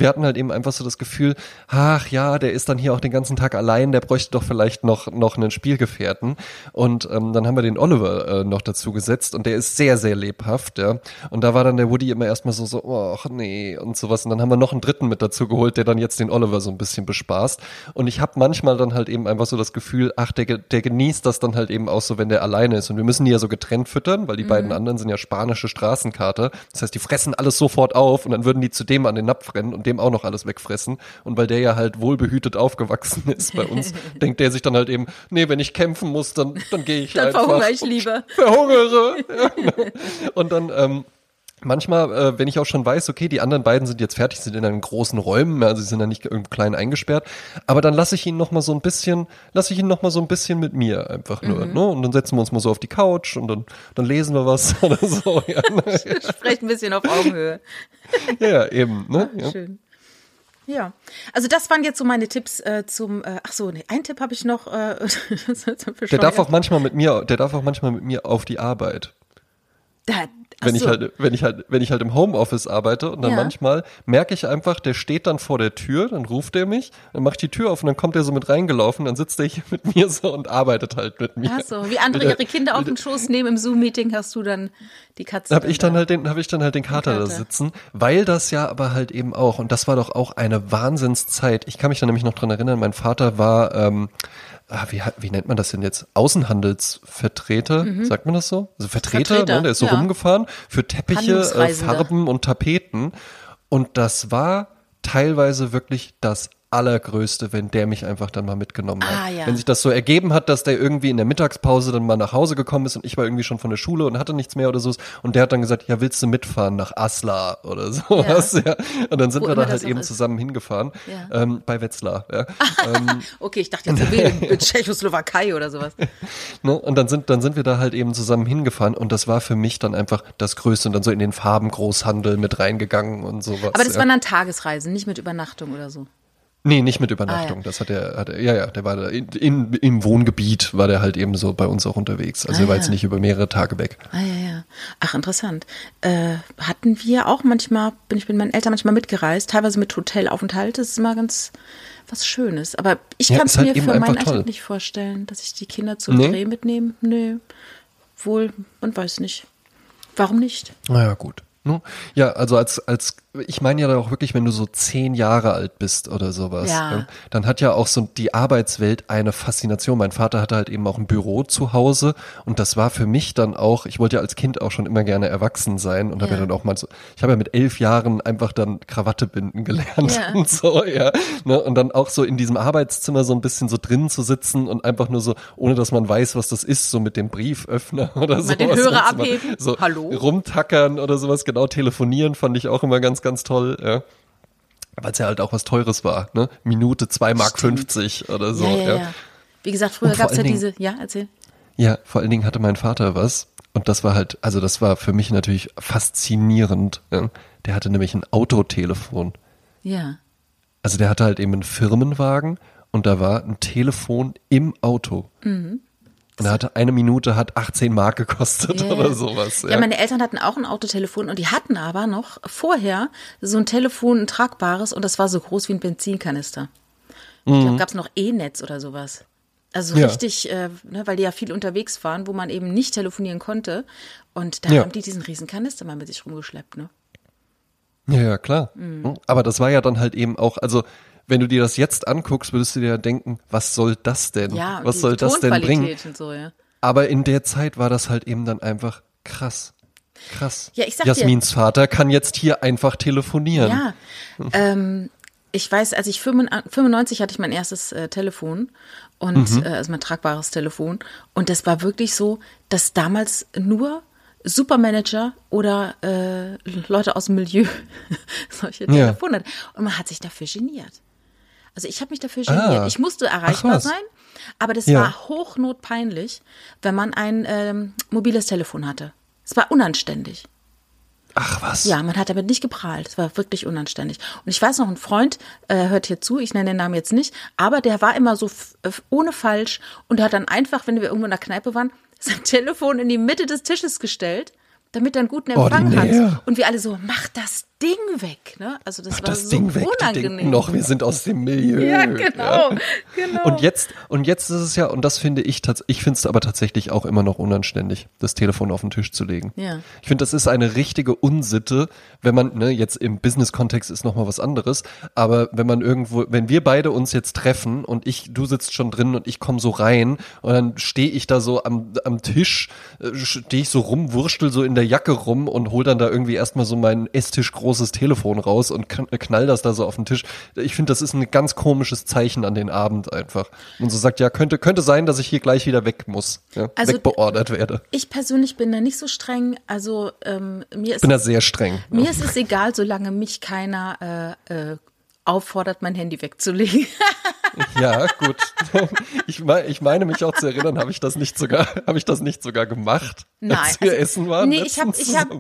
ach ja, der ist dann hier auch den ganzen Tag allein, der bräuchte doch vielleicht noch einen Spielgefährten und dann haben wir den Oliver noch dazu gesetzt und der ist sehr, sehr lebhaft, ja. Und da war dann der Woody immer erstmal so, ach nee und sowas und dann haben wir noch einen dritten mit dazu geholt, der dann jetzt den Oliver so ein bisschen bespaßt und ich habe manchmal dann halt eben einfach so das Gefühl, ach, der genießt das dann halt eben auch so, wenn der alleine ist und wir müssen die ja so getrennt füttern, weil die beiden anderen sind ja spanische Straßenkater, das heißt, die fressen alles sofort auf und dann würden die zu dem an den Napf rennen und dem auch noch alles wegfressen und weil der ja halt wohlbehütet aufgewachsen ist bei uns, denkt der sich dann halt eben, nee, wenn ich kämpfen muss, dann gehe ich dann einfach. Dann verhungere ich lieber. Verhungere. Und dann, manchmal, wenn ich auch schon weiß, okay, die anderen beiden sind jetzt fertig, sind in einen großen Räumen, also sie sind ja nicht irgendwo klein eingesperrt, aber dann lasse ich ihn noch mal so ein bisschen mit mir einfach nur, ne? Und dann setzen wir uns mal so auf die Couch und dann lesen wir was oder so. Ja, ne? Sprecht ein bisschen auf Augenhöhe. Ja, eben, ne? Ja. Schön. Ja, also das waren jetzt so meine Tipps zum, einen Tipp habe ich noch. Der darf auch manchmal mit mir auf die Arbeit. Wenn ich halt im Homeoffice arbeite und dann manchmal merke ich einfach, der steht dann vor der Tür, dann ruft er mich, dann mache ich die Tür auf und dann kommt er so mit reingelaufen, dann sitzt er hier mit mir so und arbeitet halt mit mir. Ach so, wie andere ihre Kinder auf den Schoß nehmen im Zoom-Meeting, hast du dann die Katze. Habe ich dann halt den Kater da sitzen, weil das ja aber halt eben auch, und das war doch auch eine Wahnsinnszeit. Ich kann mich da nämlich noch dran erinnern, mein Vater war, wie nennt man das denn jetzt? Außenhandelsvertreter, sagt man das so? Also Vertreter. Ne? Der ist so rumgefahren für Teppiche, Farben und Tapeten. Und das war teilweise wirklich das Allergrößte, wenn der mich einfach dann mal mitgenommen hat. Wenn sich das so ergeben hat, dass der irgendwie in der Mittagspause dann mal nach Hause gekommen ist und ich war irgendwie schon von der Schule und hatte nichts mehr oder so. Und der hat dann gesagt, ja, willst du mitfahren nach Asla oder sowas? Ja. Und dann sind wir da halt eben zusammen hingefahren, bei Wetzlar. Ja. Okay, ich dachte jetzt in Tschechoslowakei oder sowas. Ne? Und dann sind wir da halt eben zusammen hingefahren und das war für mich dann einfach das Größte und dann so in den Farbengroßhandel mit reingegangen und sowas. Aber das waren dann Tagesreisen, nicht mit Übernachtung oder so? Nee, nicht mit Übernachtung. Das hat er, der war da im Wohngebiet, war der halt eben so bei uns auch unterwegs. Also er war jetzt nicht über mehrere Tage weg. Ja. Ach, interessant. Hatten wir auch manchmal, bin ich mit meinen Eltern manchmal mitgereist, teilweise mit Hotelaufenthalt. Das ist immer ganz was Schönes. Aber ich kann es mir für meinen Alltag nicht vorstellen, dass ich die Kinder zum Dreh mitnehme. Nö. Wohl, man weiß nicht. Warum nicht? Naja, gut. Ja, also ich meine ja da auch wirklich, wenn du so 10 Jahre alt bist oder sowas, dann hat ja auch so die Arbeitswelt eine Faszination. Mein Vater hatte halt eben auch ein Büro zu Hause und das war für mich dann auch, ich wollte ja als Kind auch schon immer gerne erwachsen sein und habe ja dann auch mal so, ich habe ja mit 11 Jahren einfach dann Krawatte binden gelernt und so, ne? Und dann auch so in diesem Arbeitszimmer so ein bisschen so drin zu sitzen und einfach nur so, ohne dass man weiß, was das ist, so mit dem Brieföffner oder so. Mal den Hörer abheben. So Hallo? Rumtackern oder sowas, genau, telefonieren fand ich auch immer ganz, ganz toll, weil es ja halt auch was Teures war, ne? Minute 2,50 Mark oder so. Ja. Wie gesagt, früher gab es ja diese, erzähl. Ja, vor allen Dingen hatte mein Vater was und das war halt, also das war für mich natürlich faszinierend. Ja? Der hatte nämlich ein Autotelefon. Ja. Also der hatte halt eben einen Firmenwagen und da war ein Telefon im Auto. Mhm. Und er hatte 1 Minute, hat 18 Mark gekostet oder sowas. Ja, meine Eltern hatten auch ein Autotelefon und die hatten aber noch vorher so ein Telefon, ein tragbares und das war so groß wie ein Benzinkanister. Ich glaube, gab es noch E-Netz oder sowas. Also richtig, weil die ja viel unterwegs waren, wo man eben nicht telefonieren konnte. Und da haben die diesen riesen Kanister mal mit sich rumgeschleppt, ne? Ja, klar. Aber das war ja dann halt eben auch, also wenn du dir das jetzt anguckst, würdest du dir ja denken, was soll das denn? Ja, was soll das denn bringen? Und so, ja. Aber in der Zeit war das halt eben dann einfach krass. Krass. Ja, ich sag Jasmins Vater kann jetzt hier einfach telefonieren. Ja, ich weiß, als ich 95 hatte ich mein erstes Telefon und also mein tragbares Telefon und das war wirklich so, dass damals nur Supermanager oder Leute aus dem Milieu solche Telefone hatten. Und man hat sich dafür geniert. Also ich habe mich dafür geniert. Ich musste erreichbar sein, aber das war hochnotpeinlich, wenn man ein mobiles Telefon hatte. Es war unanständig. Ach was. Ja, man hat damit nicht geprahlt. Es war wirklich unanständig. Und ich weiß noch, ein Freund hört hier zu, ich nenne den Namen jetzt nicht, aber der war immer so ohne falsch und der hat dann einfach, wenn wir irgendwo in der Kneipe waren, sein Telefon in die Mitte des Tisches gestellt, damit er einen guten Empfang hat. Und wir alle so, mach das Ding weg. Ne? Also das war das so Ding weg, unangenehm. Die denken noch, wir sind aus dem Milieu. Ja, genau. Und jetzt ist es ja, und das finde ich finde es aber tatsächlich auch immer noch unanständig, das Telefon auf den Tisch zu legen. Ja. Ich finde, das ist eine richtige Unsitte, wenn man, ne, jetzt im Business-Kontext ist nochmal was anderes, aber wenn wir beide uns jetzt treffen und du sitzt schon drin und ich komme so rein und dann stehe ich da so am Tisch, stehe ich so rum, wurschtel so in der Jacke rum und hol dann da irgendwie erstmal so mein Esstisch großes Telefon raus und knall das da so auf den Tisch. Ich finde, das ist ein ganz komisches Zeichen an den Abend einfach. Und so sagt, ja, könnte sein, dass ich hier gleich wieder weg muss, also wegbeordert werde. Ich persönlich bin da nicht so streng, also ich bin da sehr streng. Mir ist es egal, solange mich keiner auffordert, mein Handy wegzulegen. Ja, gut. Ich meine mich auch zu erinnern, habe ich das nicht sogar gemacht, als wir essen waren? Nee, ich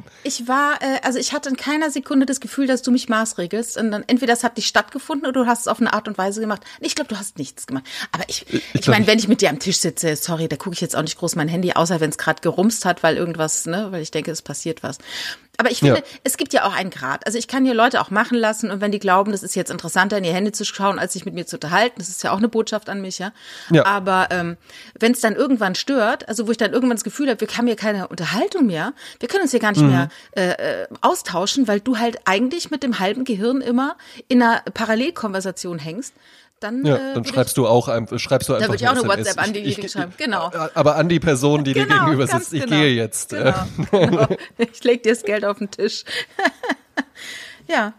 hatte in keiner Sekunde das Gefühl, dass du mich maßregelst. Und dann entweder das hat nicht stattgefunden oder du hast es auf eine Art und Weise gemacht. Ich glaube, du hast nichts gemacht. Aber ich meine, wenn ich mit dir am Tisch sitze, sorry, da gucke ich jetzt auch nicht groß mein Handy, außer wenn es gerade gerumst hat, weil irgendwas, ne, weil ich denke, es passiert was. Aber ich finde, es gibt ja auch einen Grad. Also ich kann hier Leute auch machen lassen und wenn die glauben, das ist jetzt interessanter, in ihr Hände zu schauen, als sich mit mir zu unterhalten, das ist ja auch eine Botschaft an mich, ja. Aber wenn es dann irgendwann stört, also wo ich dann irgendwann das Gefühl habe, wir haben hier keine Unterhaltung mehr, wir können uns hier gar nicht mehr austauschen, weil du halt eigentlich mit dem halben Gehirn immer in einer Parallelkonversation hängst, dann schreibst du einfach. Da würde ich auch eine WhatsApp an die schreiben, genau. Aber an die Person, die dir gegenüber sitzt. Ich gehe jetzt. Genau. Ich leg dir das Geld auf den Tisch. Ja.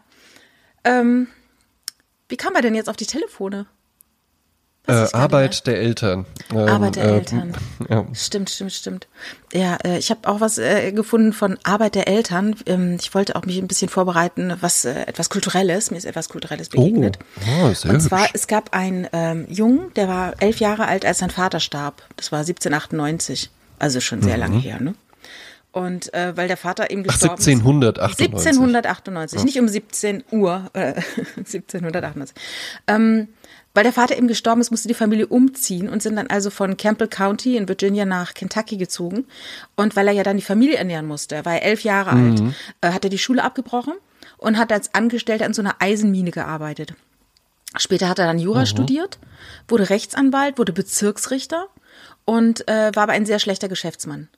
Wie kam er denn jetzt auf die Telefone? Arbeit der Eltern. Arbeit der Eltern. Ja. Stimmt. Ja, ich habe auch was gefunden von Arbeit der Eltern. Ich wollte auch mich ein bisschen vorbereiten, was etwas Kulturelles. Mir ist etwas Kulturelles begegnet. Sehr Und zwar, hübsch. es gab einen Jungen, der war 11 Jahre alt, als sein Vater starb. Das war 1798. Also schon sehr lange her, ne? Und weil der Vater eben gestorben ist. 1798. 1798, nicht um 17 Uhr, 1798. Weil der Vater eben gestorben ist, musste die Familie umziehen und sind dann also von Campbell County in Virginia nach Kentucky gezogen. Und weil er ja dann die Familie ernähren musste, er war 11 Jahre alt, hat er die Schule abgebrochen und hat als Angestellter in so einer Eisenmine gearbeitet. Später hat er dann Jura studiert, wurde Rechtsanwalt, wurde Bezirksrichter und war aber ein sehr schlechter Geschäftsmann.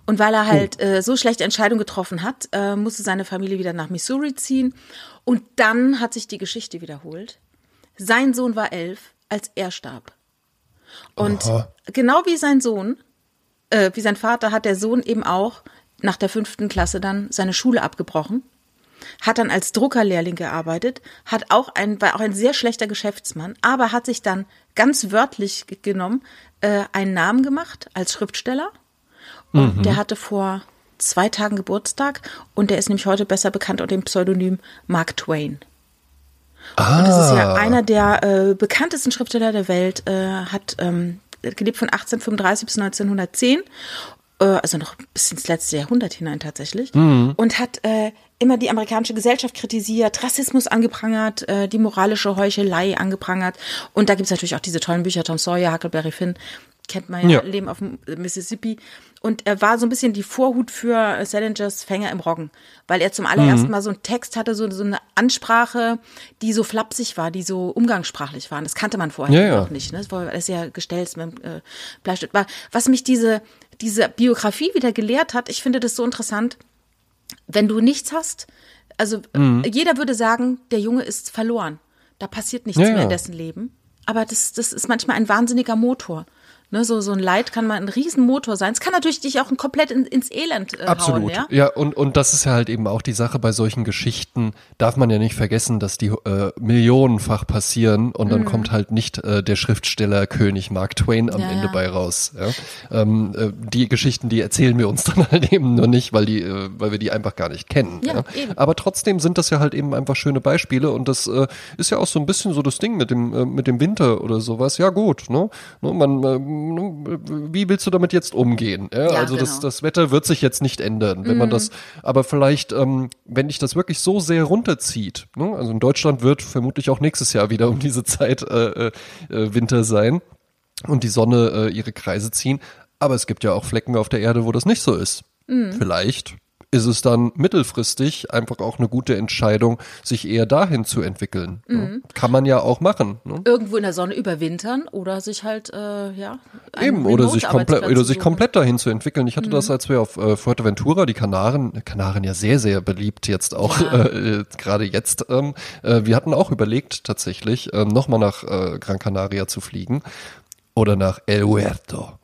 Und weil er halt so schlechte Entscheidungen getroffen hat, musste seine Familie wieder nach Missouri ziehen. Und dann hat sich die Geschichte wiederholt. Sein Sohn war 11, als er starb. Und genau wie sein Sohn, wie sein Vater, hat der Sohn eben auch nach der 5. Klasse dann seine Schule abgebrochen, hat dann als Druckerlehrling gearbeitet, war auch ein sehr schlechter Geschäftsmann, aber hat sich dann ganz wörtlich genommen einen Namen gemacht als Schriftsteller. Und der hatte vor 2 Tagen Geburtstag und der ist nämlich heute besser bekannt unter dem Pseudonym Mark Twain. Und das ist ja einer der bekanntesten Schriftsteller der Welt, hat gelebt von 1835 bis 1910, also noch bis ins letzte Jahrhundert hinein tatsächlich, und hat immer die amerikanische Gesellschaft kritisiert, Rassismus angeprangert, die moralische Heuchelei angeprangert. Und da gibt es natürlich auch diese tollen Bücher, Tom Sawyer, Huckleberry Finn, kennt man ja, Leben auf dem Mississippi. Und er war so ein bisschen die Vorhut für Salingers Fänger im Roggen, weil er zum allerersten Mal so einen Text hatte, so eine Ansprache, die so flapsig war, die so umgangssprachlich war. Und das kannte man vorher noch nicht. Ne? Das ist ja gestellt mit Bleistift. Was mich diese Biografie wieder gelehrt hat, ich finde das so interessant, wenn du nichts hast, also jeder würde sagen, der Junge ist verloren. Da passiert nichts mehr in dessen Leben. Aber das ist manchmal ein wahnsinniger Motor. Ne, so ein Leid kann mal ein Riesenmotor sein. Es kann natürlich dich auch komplett ins Elend Absolut. hauen. Ja, und das ist ja halt eben auch die Sache bei solchen Geschichten, darf man ja nicht vergessen, dass die millionenfach passieren und dann kommt halt nicht der Schriftstellerkönig Mark Twain am Ende bei raus. Ja? Die Geschichten, die erzählen wir uns dann halt eben nur nicht, weil wir die einfach gar nicht kennen. Ja? Aber trotzdem sind das ja halt eben einfach schöne Beispiele und das ist ja auch so ein bisschen so das Ding mit dem Winter oder sowas. Ja gut, ne? Wie willst du damit jetzt umgehen? Ja, also genau. Das Wetter wird sich jetzt nicht ändern, wenn man das, aber vielleicht, wenn dich das wirklich so sehr runterzieht, ne? Also in Deutschland wird vermutlich auch nächstes Jahr wieder um diese Zeit Winter sein und die Sonne ihre Kreise ziehen, aber es gibt ja auch Flecken auf der Erde, wo das nicht so ist. Vielleicht ist es dann mittelfristig einfach auch eine gute Entscheidung, sich eher dahin zu entwickeln. Ne? Kann man ja auch machen. Ne? Irgendwo in der Sonne überwintern oder sich halt, eben, oder sich komplett dahin zu entwickeln. Ich hatte das, als wir auf Fuerteventura, die Kanaren ja sehr, sehr beliebt jetzt auch, gerade jetzt, wir hatten auch überlegt, tatsächlich, nochmal nach Gran Canaria zu fliegen oder nach El Huerto.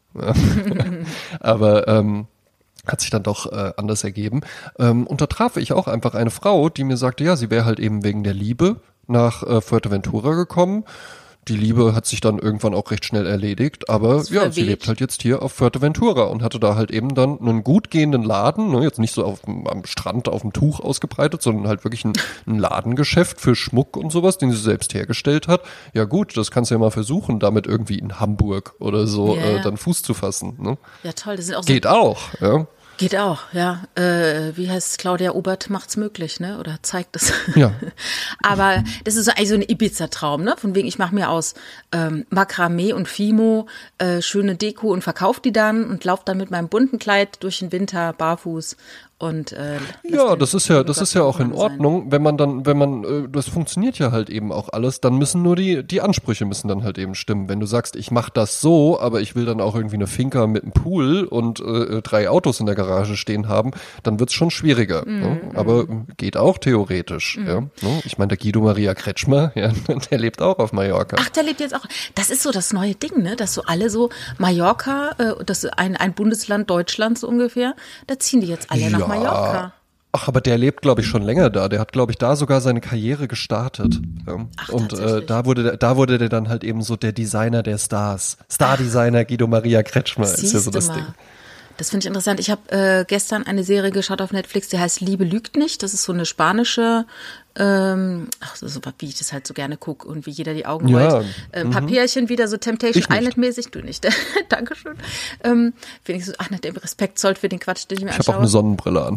Aber, hat sich dann doch anders ergeben. Und da traf ich auch einfach eine Frau, die mir sagte, ja, sie wäre halt eben wegen der Liebe nach Fuerteventura gekommen. Die Liebe hat sich dann irgendwann auch recht schnell erledigt, aber ja, sie lebt halt jetzt hier auf Fuerteventura und hatte da halt eben dann einen gut gehenden Laden, ne, jetzt nicht so am Strand auf dem Tuch ausgebreitet, sondern halt wirklich ein Ladengeschäft für Schmuck und sowas, den sie selbst hergestellt hat. Ja gut, das kannst du ja mal versuchen, damit irgendwie in Hamburg oder so dann Fuß zu fassen. Ne? Ja toll, das sind auch so. Geht auch, ja. Geht auch, ja. Wie heißt Claudia Obert macht's möglich, ne? Oder zeigt es. Ja. Aber das ist so eigentlich so ein Ibiza-Traum, ne? Von wegen, ich mache mir aus Makramee und Fimo schöne Deko und verkaufe die dann und laufe dann mit meinem bunten Kleid durch den Winter barfuß. Und ja, das ist ja auch in Ordnung, wenn man das funktioniert ja halt eben auch alles, dann müssen nur die Ansprüche müssen dann halt eben stimmen. Wenn du sagst, ich mache das so, aber ich will dann auch irgendwie eine Finca mit einem Pool und 3 Autos in der Garage stehen haben, dann wird's schon schwieriger. Ne? Aber geht auch theoretisch. Ja? Ich meine, der Guido Maria Kretschmer, ja, der lebt auch auf Mallorca. Ach, der lebt jetzt auch. Das ist so das neue Ding, ne? Dass so alle so Mallorca, das ist ein Bundesland Deutschlands so ungefähr, da ziehen die jetzt alle nach Mallorca. Ach, aber der lebt, glaube ich, schon länger da. Der hat, glaube ich, da sogar seine Karriere gestartet. Ja. Ach, und da wurde der dann halt eben so der Designer der Stars. Star-Designer Guido Maria Kretschmer ist ja so das Ding. Das finde ich interessant. Ich habe gestern eine Serie geschaut auf Netflix, die heißt Liebe lügt nicht. Das ist so eine spanische, so wie ich das halt so gerne gucke und wie jeder die Augen rollt. Ein paar Pärchen wieder so Temptation Island-mäßig. Du nicht. Dankeschön. Finde ich so, nachdem Respekt zollt für den Quatsch, den ich mir anschaue. Ich habe auch eine Sonnenbrille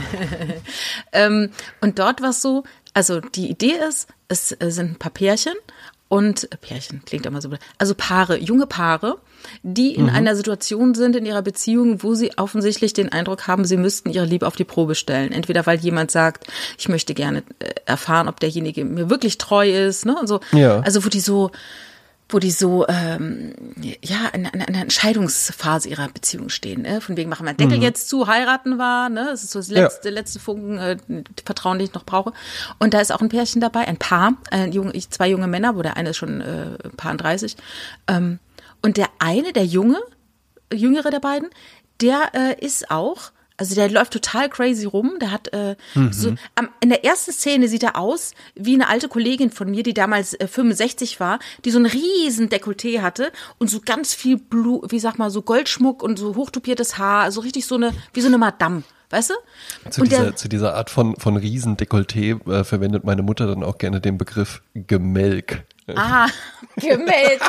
an. Und dort war es so, also die Idee ist, es sind ein paar Pärchen. Und Pärchen klingt immer so, also junge Paare, die in einer Situation sind in ihrer Beziehung, wo sie offensichtlich den Eindruck haben, sie müssten ihre Liebe auf die Probe stellen. Entweder weil jemand sagt, ich möchte gerne erfahren, ob derjenige mir wirklich treu ist, ne? Und so. Ja. Also wo die so wo die so an der Entscheidungsphase ihrer Beziehung stehen. Ne? Von wegen machen wir den Deckel jetzt zu, heiraten wir. Ne? Das ist so das letzte Funken Vertrauen, den ich noch brauche. Und da ist auch ein Pärchen dabei, ein Paar, zwei junge Männer, wo der eine ist schon paar 30. Und der eine, der Jüngere der beiden, der ist auch, also der läuft total crazy rum. Der hat in der ersten Szene sieht er aus wie eine alte Kollegin von mir, die damals 65 war, die so ein riesen Dekolleté hatte und so ganz viel so Goldschmuck und so hochtopiertes Haar, also richtig wie so eine Madame. Weißt du? Zu dieser Art von Riesendekolleté verwendet meine Mutter dann auch gerne den Begriff Gemelk. Ah, Gemelk.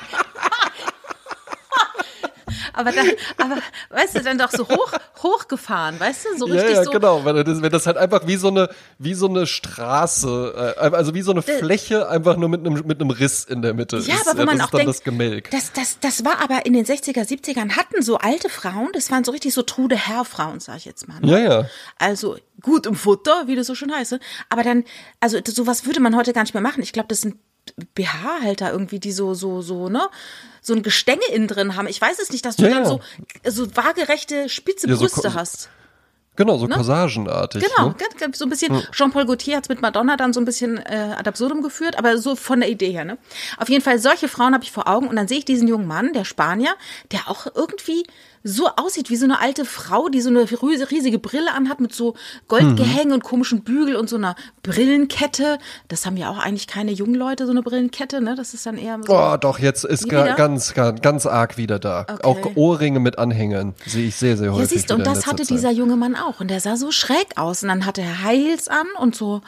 Aber weißt du, dann doch so hochgefahren, weißt du, so richtig so. Ja, genau, wenn das halt einfach wie so eine Straße, also wie so eine Fläche, einfach nur mit einem Riss in der Mitte. Ja, aber wenn man das auch ist dann denkt, das Gemelk. Das war aber in den 60er, 70ern hatten so alte Frauen, das waren so richtig so Trude Herr-Frauen, sag ich jetzt mal. Ne? Ja. Also gut im Futter, wie das so schön heißt. Aber dann, also sowas würde man heute gar nicht mehr machen. Ich glaube, das sind BH-Halter irgendwie, die so ein Gestänge innen drin haben. Ich weiß es nicht, dass du dann so waagerechte, spitze Brüste hast. Genau, so corsagenartig. Genau, ne? so ein bisschen, Jean-Paul Gaultier hat es mit Madonna dann so ein bisschen ad absurdum geführt, aber so von der Idee her. Ne? Auf jeden Fall, solche Frauen habe ich vor Augen und dann sehe ich diesen jungen Mann, der Spanier, der auch irgendwie so aussieht wie so eine alte Frau, die so eine riesige Brille anhat mit so Goldgehängen und komischen Bügel und so einer Brillenkette. Das haben ja auch eigentlich keine jungen Leute, so eine Brillenkette, ne? Das ist dann eher so. Oh, doch, jetzt ist ganz arg wieder da. Okay. Auch Ohrringe mit Anhängern sehe ich sehr, sehr häufig. Ja, siehst du, und das hatte dieser junge Mann auch. Und der sah so schräg aus. Und dann hatte er High Heels an und so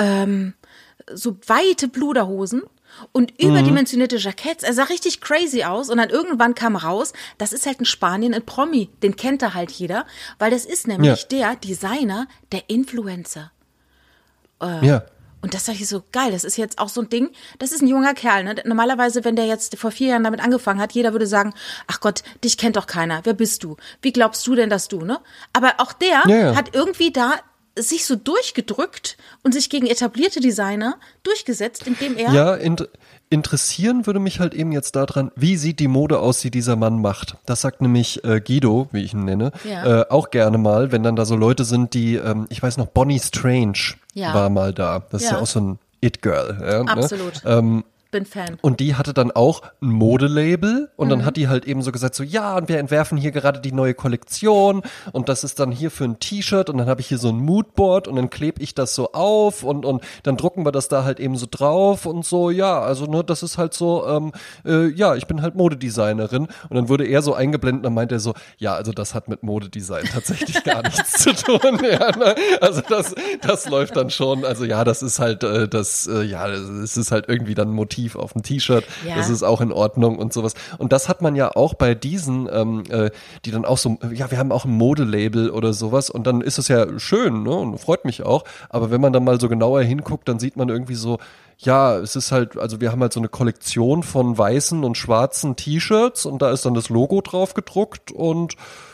weite Bluderhosen. Und überdimensionierte Jacketts. Er sah richtig crazy aus. Und dann irgendwann kam raus, das ist halt in Spanien ein Promi. Den kennt da halt jeder. Weil das ist nämlich der Designer, der Influencer. Ja. Und das sag ich so, geil, das ist jetzt auch so ein Ding, das ist ein junger Kerl, ne? Normalerweise, wenn der jetzt vor 4 Jahren damit angefangen hat, jeder würde sagen, ach Gott, dich kennt doch keiner, wer bist du? Wie glaubst du denn, dass du, ne? Aber auch der hat irgendwie da sich so durchgedrückt und sich gegen etablierte Designer durchgesetzt, indem er... Ja, interessieren würde mich halt eben jetzt daran, wie sieht die Mode aus, die dieser Mann macht. Das sagt nämlich Guido, wie ich ihn nenne, auch gerne mal, wenn dann da so Leute sind, die, ich weiß noch, Bonnie Strange war mal da. Das ist ja auch so ein It-Girl. Ja, absolut. Ne? Bin Fan. Und die hatte dann auch ein Modelabel und dann hat die halt eben so gesagt, so ja, und wir entwerfen hier gerade die neue Kollektion und das ist dann hier für ein T-Shirt und dann habe ich hier so ein Moodboard und dann klebe ich das so auf und dann drucken wir das da halt eben so drauf und so, ja, also ne, das ist halt so, ja, ich bin halt Modedesignerin und dann wurde er so eingeblendet und dann meint er so, ja, also das hat mit Modedesign tatsächlich gar nichts zu tun, ja, ne? Also das läuft dann schon, also ja, das ist halt, das ist halt irgendwie dann ein Motiv auf dem T-Shirt, das ist auch in Ordnung und sowas. Und das hat man ja auch bei diesen, die dann auch so, ja, wir haben auch ein Modelabel oder sowas und dann ist es ja schön, ne, und freut mich auch, aber wenn man dann mal so genauer hinguckt, dann sieht man irgendwie so, ja, es ist halt, also wir haben halt so eine Kollektion von weißen und schwarzen T-Shirts und da ist dann das Logo drauf gedruckt und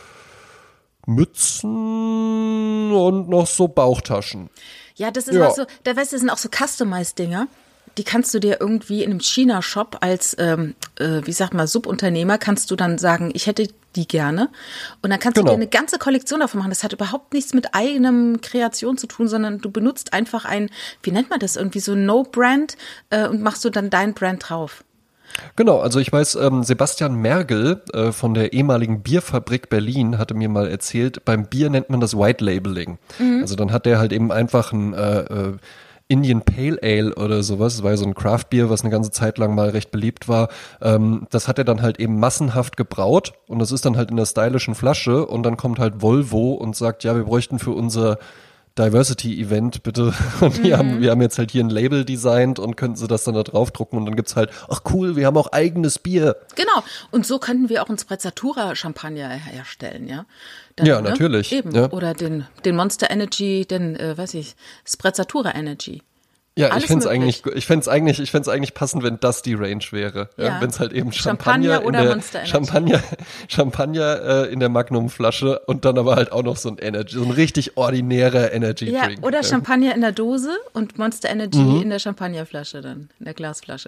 Mützen und noch so Bauchtaschen. Ja, das ist auch so, da weißt du, das sind auch so Customized-Dinger. Die kannst du dir irgendwie in einem China-Shop als, Subunternehmer kannst du dann sagen, ich hätte die gerne. Und dann kannst du dir eine ganze Kollektion davon machen. Das hat überhaupt nichts mit eigenem Kreation zu tun, sondern du benutzt einfach wie nennt man das, irgendwie so No-Brand und machst du dann dein Brand drauf. Genau, also ich weiß, Sebastian Mergel von der ehemaligen Bierfabrik Berlin hatte mir mal erzählt, beim Bier nennt man das White Labeling. Also dann hat der halt eben einfach ein Indian Pale Ale oder sowas, das war ja so ein Craft-Bier, was eine ganze Zeit lang mal recht beliebt war, das hat er dann halt eben massenhaft gebraut und das ist dann halt in der stylischen Flasche und dann kommt halt Volvo und sagt, ja, wir bräuchten für unser Diversity-Event bitte und wir haben jetzt halt hier ein Label designt und könnten sie das dann da draufdrucken und dann gibt's halt, ach cool, wir haben auch eigenes Bier. Genau, und so könnten wir auch ein Sprezzatura-Champagner herstellen, ja. Dann, ja, natürlich. Eben. Ja. Oder den Monster Energy, Sprezzatura Energy. Ja, alles ich fänd's eigentlich passend, wenn das die Range wäre. Ja. Wenn es halt eben Champagner oder Monster Energy. Champagner in der Magnumflasche und dann aber halt auch noch so ein richtig ordinärer Energy Drink. Ja, oder Champagner in der Dose und Monster Energy in der Champagnerflasche dann, in der Glasflasche.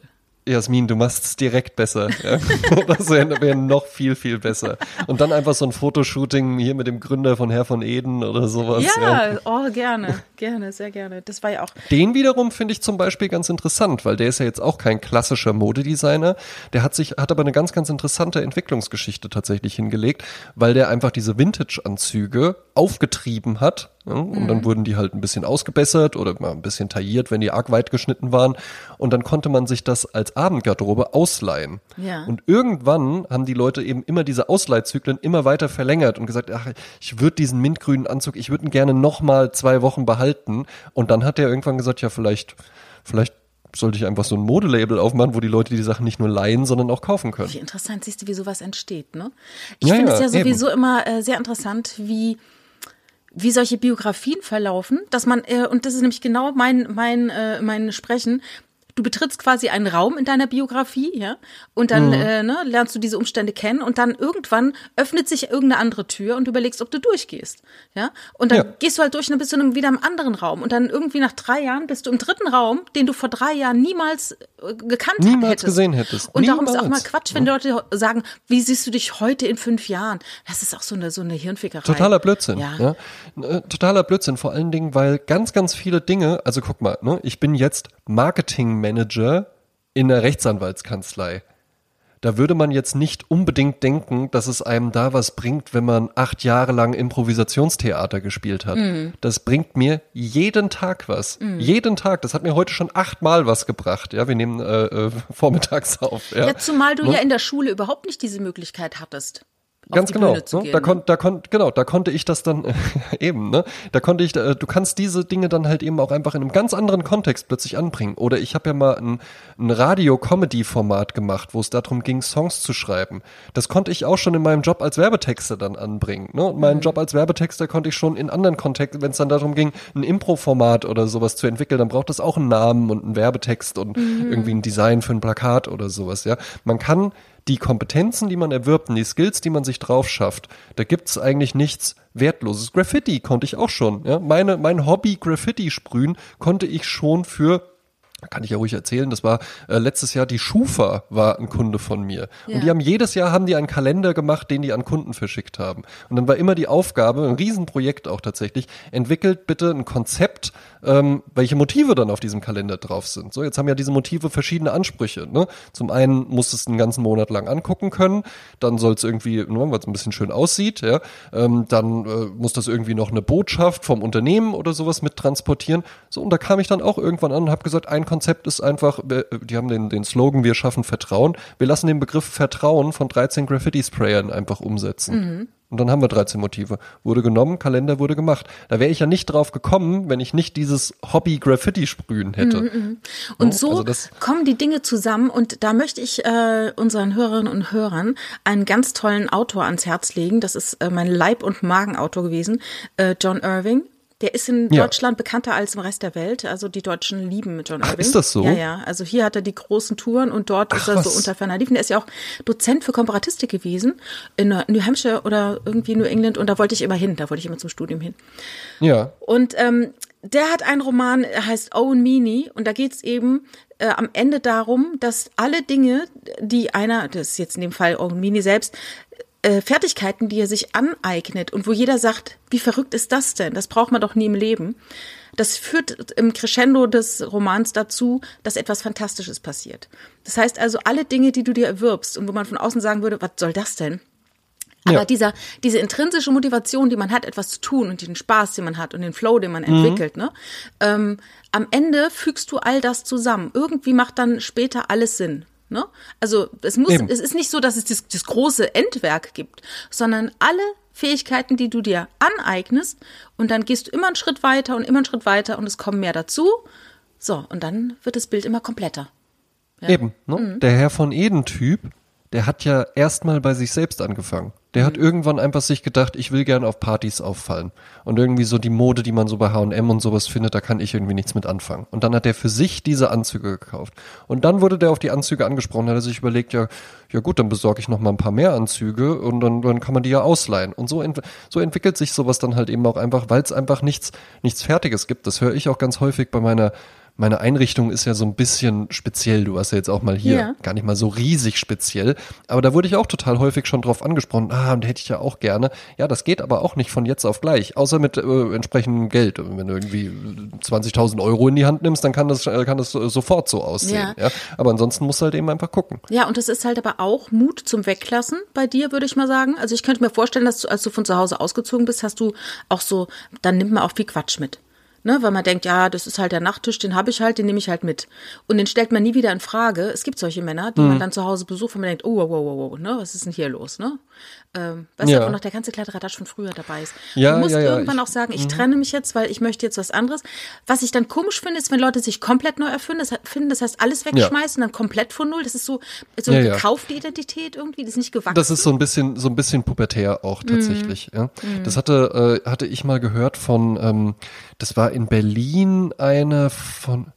Jasmin, du machst es direkt besser. Ja. Das wäre noch viel, viel besser. Und dann einfach so ein Fotoshooting hier mit dem Gründer von Herr von Eden oder sowas. Ja, oh, gerne, sehr gerne. Das war ja auch. Den wiederum finde ich zum Beispiel ganz interessant, weil der ist ja jetzt auch kein klassischer Modedesigner. Der hat aber eine ganz, ganz interessante Entwicklungsgeschichte tatsächlich hingelegt, weil der einfach diese Vintage-Anzüge aufgetrieben hat. Ja, und dann wurden die halt ein bisschen ausgebessert oder mal ein bisschen tailliert, wenn die arg weit geschnitten waren. Und dann konnte man sich das als Abendgarderobe ausleihen. Ja. Und irgendwann haben die Leute eben immer diese Ausleihzyklen immer weiter verlängert und gesagt, ach, ich würde diesen mintgrünen Anzug, ich würde ihn gerne nochmal 2 Wochen behalten. Und dann hat der irgendwann gesagt, ja, vielleicht sollte ich einfach so ein Modelabel aufmachen, wo die Leute die Sachen nicht nur leihen, sondern auch kaufen können. Wie interessant, siehst du, wie sowas entsteht, ne? Ich finde es ja sowieso immer sehr interessant, wie solche Biografien verlaufen, dass man, und das ist nämlich genau mein Sprechen, du betrittst quasi einen Raum in deiner Biografie, ja, und dann lernst du diese Umstände kennen und dann irgendwann öffnet sich irgendeine andere Tür und du überlegst, ob du durchgehst, ja, und dann gehst du halt durch und dann bist du wieder im anderen Raum und dann irgendwie nach 3 Jahren bist du im 3. Raum, den du vor 3 Jahren niemals gesehen hättest. Und darum ist auch mal Quatsch, wenn Leute sagen, wie siehst du dich heute in 5 Jahren? Das ist auch so eine Hirnfickerei. Totaler Blödsinn. Ja. Totaler Blödsinn, vor allen Dingen, weil ganz, ganz viele Dinge, also guck mal, ne, ich bin jetzt Marketingmanager in der Rechtsanwaltskanzlei. Da würde man jetzt nicht unbedingt denken, dass es einem da was bringt, wenn man 8 Jahre lang Improvisationstheater gespielt hat. Das bringt mir jeden Tag was. Jeden Tag. Das hat mir heute schon 8-mal was gebracht. Ja, wir nehmen vormittags auf. Ja, zumal du ja in der Schule überhaupt nicht diese Möglichkeit hattest. Ganz genau, ne? Da konnte ich das dann eben, ne? Du kannst diese Dinge dann halt eben auch einfach in einem ganz anderen Kontext plötzlich anbringen. Oder ich habe ja mal ein Radio-Comedy-Format gemacht, wo es darum ging, Songs zu schreiben. Das konnte ich auch schon in meinem Job als Werbetexter dann anbringen, ne? Und meinen Job als Werbetexter konnte ich schon in anderen Kontexten, wenn es dann darum ging, ein Impro-Format oder sowas zu entwickeln, dann braucht das auch einen Namen und einen Werbtext und irgendwie ein Design für ein Plakat oder sowas, ja. Man kann die Kompetenzen, die man erwirbt und die Skills, die man sich drauf schafft, da gibt's eigentlich nichts Wertloses. Graffiti konnte ich auch schon. Ja? Mein Hobby Graffiti sprühen konnte ich schon kann ich ja ruhig erzählen, das war letztes Jahr, die Schufa war ein Kunde von mir. Ja. Und die haben jedes Jahr einen Kalender gemacht, den die an Kunden verschickt haben. Und dann war immer die Aufgabe, ein Riesenprojekt auch tatsächlich, entwickelt bitte ein Konzept, welche Motive dann auf diesem Kalender drauf sind. So, jetzt haben ja diese Motive verschiedene Ansprüche. Ne? Zum einen musst du es einen ganzen Monat lang angucken können, dann soll es irgendwie, weil es ein bisschen schön aussieht, ja, dann muss das irgendwie noch eine Botschaft vom Unternehmen oder sowas mit transportieren. So, und da kam ich dann auch irgendwann an und habe gesagt, ein Konzept ist einfach, die haben den Slogan, wir schaffen Vertrauen. Wir lassen den Begriff Vertrauen von 13 Graffiti-Sprayern einfach umsetzen. Und dann haben wir 13 Motive. Wurde genommen, Kalender wurde gemacht. Da wäre ich ja nicht drauf gekommen, wenn ich nicht dieses Hobby Graffiti sprühen hätte. Und so kommen die Dinge zusammen und da möchte ich unseren Hörerinnen und Hörern einen ganz tollen Autor ans Herz legen. Das ist mein Leib- und Magenautor gewesen, John Irving. Der ist in Deutschland bekannter als im Rest der Welt. Also die Deutschen lieben John Irving. Ist das so? Ja. Also hier hat er die großen Touren und dort ist er so unter ferner Liefen. Der ist ja auch Dozent für Komparatistik gewesen in New Hampshire oder irgendwie New England. Und da wollte ich immer hin. Da wollte ich immer zum Studium hin. Ja. Und der hat einen Roman, der heißt Owen Meany. Und da geht's eben am Ende darum, dass alle Dinge, die das ist jetzt in dem Fall Owen Meany selbst, Fertigkeiten, die er sich aneignet und wo jeder sagt, wie verrückt ist das denn? Das braucht man doch nie im Leben. Das führt im Crescendo des Romans dazu, dass etwas Fantastisches passiert. Das heißt also, alle Dinge, die du dir erwirbst und wo man von außen sagen würde, was soll das denn? Aber diese intrinsische Motivation, die man hat, etwas zu tun und den Spaß, den man hat und den Flow, den man entwickelt, ne? Am Ende fügst du all das zusammen. Irgendwie macht dann später alles Sinn. Ne? Also es ist nicht so, dass es das große Endwerk gibt, sondern alle Fähigkeiten, die du dir aneignest und dann gehst du immer einen Schritt weiter und es kommen mehr dazu. So, und dann wird das Bild immer kompletter. Ja. Eben, ne? Der Herr von Eden-Typ, der hat ja erstmal bei sich selbst angefangen. Der hat irgendwann einfach sich gedacht, ich will gerne auf Partys auffallen. Und irgendwie so die Mode, die man so bei H&M und sowas findet, da kann ich irgendwie nichts mit anfangen. Und dann hat er für sich diese Anzüge gekauft. Und dann wurde der auf die Anzüge angesprochen, hat er sich überlegt, ja gut, dann besorge ich noch mal ein paar mehr Anzüge und dann kann man die ja ausleihen. Und so entwickelt sich sowas dann halt eben auch einfach, weil es einfach nichts Fertiges gibt. Das höre ich auch ganz häufig bei meiner meine Einrichtung ist ja so ein bisschen speziell. Du warst ja jetzt auch mal hier, gar nicht mal so riesig speziell. Aber da wurde ich auch total häufig schon drauf angesprochen. Und hätte ich ja auch gerne. Ja, das geht aber auch nicht von jetzt auf gleich. Außer mit entsprechendem Geld. Wenn du irgendwie 20.000 Euro in die Hand nimmst, dann kann das sofort so aussehen. Ja. Aber ansonsten musst du halt eben einfach gucken. Ja, und das ist halt aber auch Mut zum Weglassen bei dir, würde ich mal sagen. Also ich könnte mir vorstellen, dass du, als du von zu Hause ausgezogen bist, hast du auch so, dann nimmt man auch viel Quatsch mit. Ne, weil man denkt, ja, das ist halt der Nachttisch, den habe ich halt, den nehme ich halt mit. Und den stellt man nie wieder in Frage. Es gibt solche Männer, die man dann zu Hause besucht, wo man denkt, wow, ne, was ist denn hier los, ne? Weißt du, wo noch der ganze Kladderadatsch von früher dabei ist. Du musst irgendwann auch sagen, ich trenne mich jetzt, weil ich möchte jetzt was anderes. Was ich dann komisch finde, ist, wenn Leute sich komplett neu erfinden, das heißt, alles wegschmeißen, dann komplett von null. Das ist so eine gekaufte Identität irgendwie, das ist nicht gewachsen. Das ist so ein bisschen pubertär auch tatsächlich. Ja. Das hatte ich mal gehört von, das war in Berlin eine von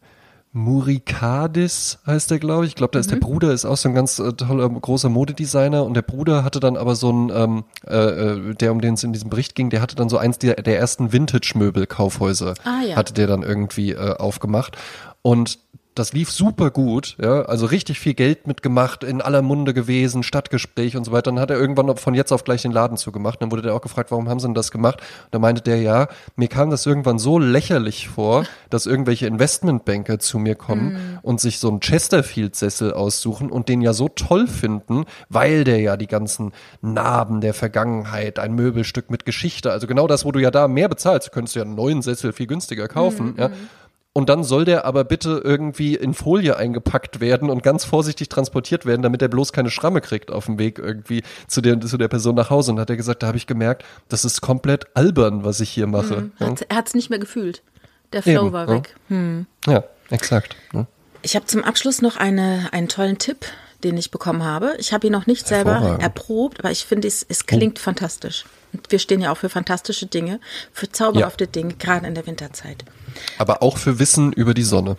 Murikadis heißt der, glaube ich. Ich glaube, da ist der Bruder, ist auch so ein ganz toller, großer Modedesigner und der Bruder hatte dann aber so ein, der, um den es in diesem Bericht ging, der hatte dann so eins der ersten Vintage-Möbel-Kaufhäuser, hatte der dann irgendwie aufgemacht und das lief super gut, ja, also richtig viel Geld mitgemacht, in aller Munde gewesen, Stadtgespräch und so weiter. Dann hat er irgendwann von jetzt auf gleich den Laden zugemacht. Dann wurde der auch gefragt, warum haben sie denn das gemacht? Und da meinte der, ja, mir kam das irgendwann so lächerlich vor, dass irgendwelche Investmentbanker zu mir kommen und sich so einen Chesterfield-Sessel aussuchen und den ja so toll finden, weil der ja die ganzen Narben der Vergangenheit, ein Möbelstück mit Geschichte, also genau das, wo du ja da mehr bezahlst, du könntest ja einen neuen Sessel viel günstiger kaufen, ja. Und dann soll der aber bitte irgendwie in Folie eingepackt werden und ganz vorsichtig transportiert werden, damit er bloß keine Schramme kriegt auf dem Weg irgendwie zu der Person nach Hause. Und da hat er gesagt, da habe ich gemerkt, das ist komplett albern, was ich hier mache. Er hat es nicht mehr gefühlt. Der Flow war weg. Ja, exakt. Ja. Ich habe zum Abschluss noch einen tollen Tipp, den ich bekommen habe. Ich habe ihn noch nicht selber erprobt, aber ich finde, es klingt fantastisch. Und wir stehen ja auch für fantastische Dinge, für zauberhafte Dinge, gerade in der Winterzeit. Aber auch für Wissen über die Sonne.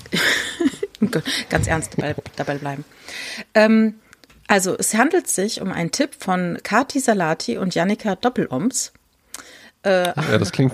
Ganz ernst dabei bleiben. Also es handelt sich um einen Tipp von Kati Salati und Jannika Doppeloms. Ja, das klingt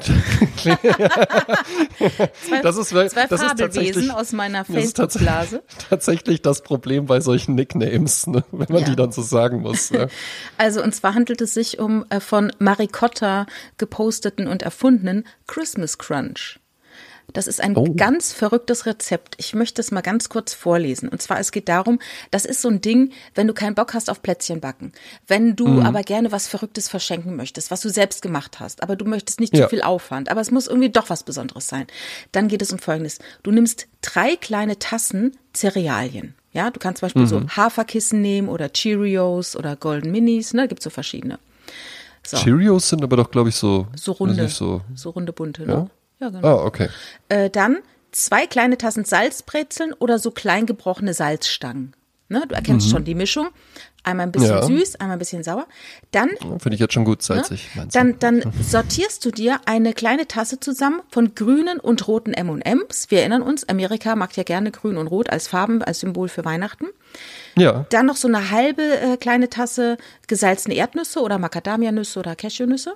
das ist Fabelwesen aus meiner Facebook-Blase. Tatsächlich das Problem bei solchen Nicknames, ne, wenn man die dann so sagen muss. Ja. Also und zwar handelt es sich um von Maricotta geposteten und erfundenen Christmas Crunch. Das ist ein ganz verrücktes Rezept. Ich möchte es mal ganz kurz vorlesen. Und zwar, es geht darum, das ist so ein Ding, wenn du keinen Bock hast auf Plätzchen backen, wenn du aber gerne was Verrücktes verschenken möchtest, was du selbst gemacht hast, aber du möchtest nicht zu viel Aufwand, aber es muss irgendwie doch was Besonderes sein. Dann geht es um Folgendes. Du nimmst 3 kleine Tassen Cerealien. Ja, du kannst zum Beispiel so Haferkissen nehmen oder Cheerios oder Golden Minis, ne, gibt's so verschiedene. So. Cheerios sind aber doch, glaube ich, so runde, so runde bunte, ne? Ja, genau. Ah, okay. Dann 2 kleine Tassen Salzbrezeln oder so klein gebrochene Salzstangen. Ne, du erkennst schon die Mischung. Einmal ein bisschen süß, einmal ein bisschen sauer. Dann finde ich jetzt schon gut salzig. Ne, dann sortierst du dir eine kleine Tasse zusammen von grünen und roten M&Ms. Wir erinnern uns, Amerika mag ja gerne grün und rot als Farben, als Symbol für Weihnachten. Ja. Dann noch so eine halbe kleine Tasse gesalzene Erdnüsse oder Macadamianüsse oder Cashewnüsse.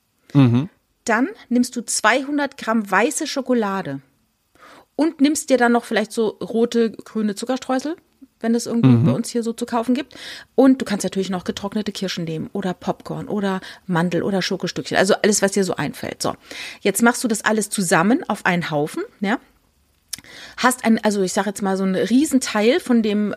Dann nimmst du 200 Gramm weiße Schokolade und nimmst dir dann noch vielleicht so rote, grüne Zuckerstreusel, wenn es irgendwie bei uns hier so zu kaufen gibt. Und du kannst natürlich noch getrocknete Kirschen nehmen oder Popcorn oder Mandel oder Schokostückchen. Also alles, was dir so einfällt. So, jetzt machst du das alles zusammen auf einen Haufen, ja. Hast also ich sage jetzt mal so einen Riesenteil von dem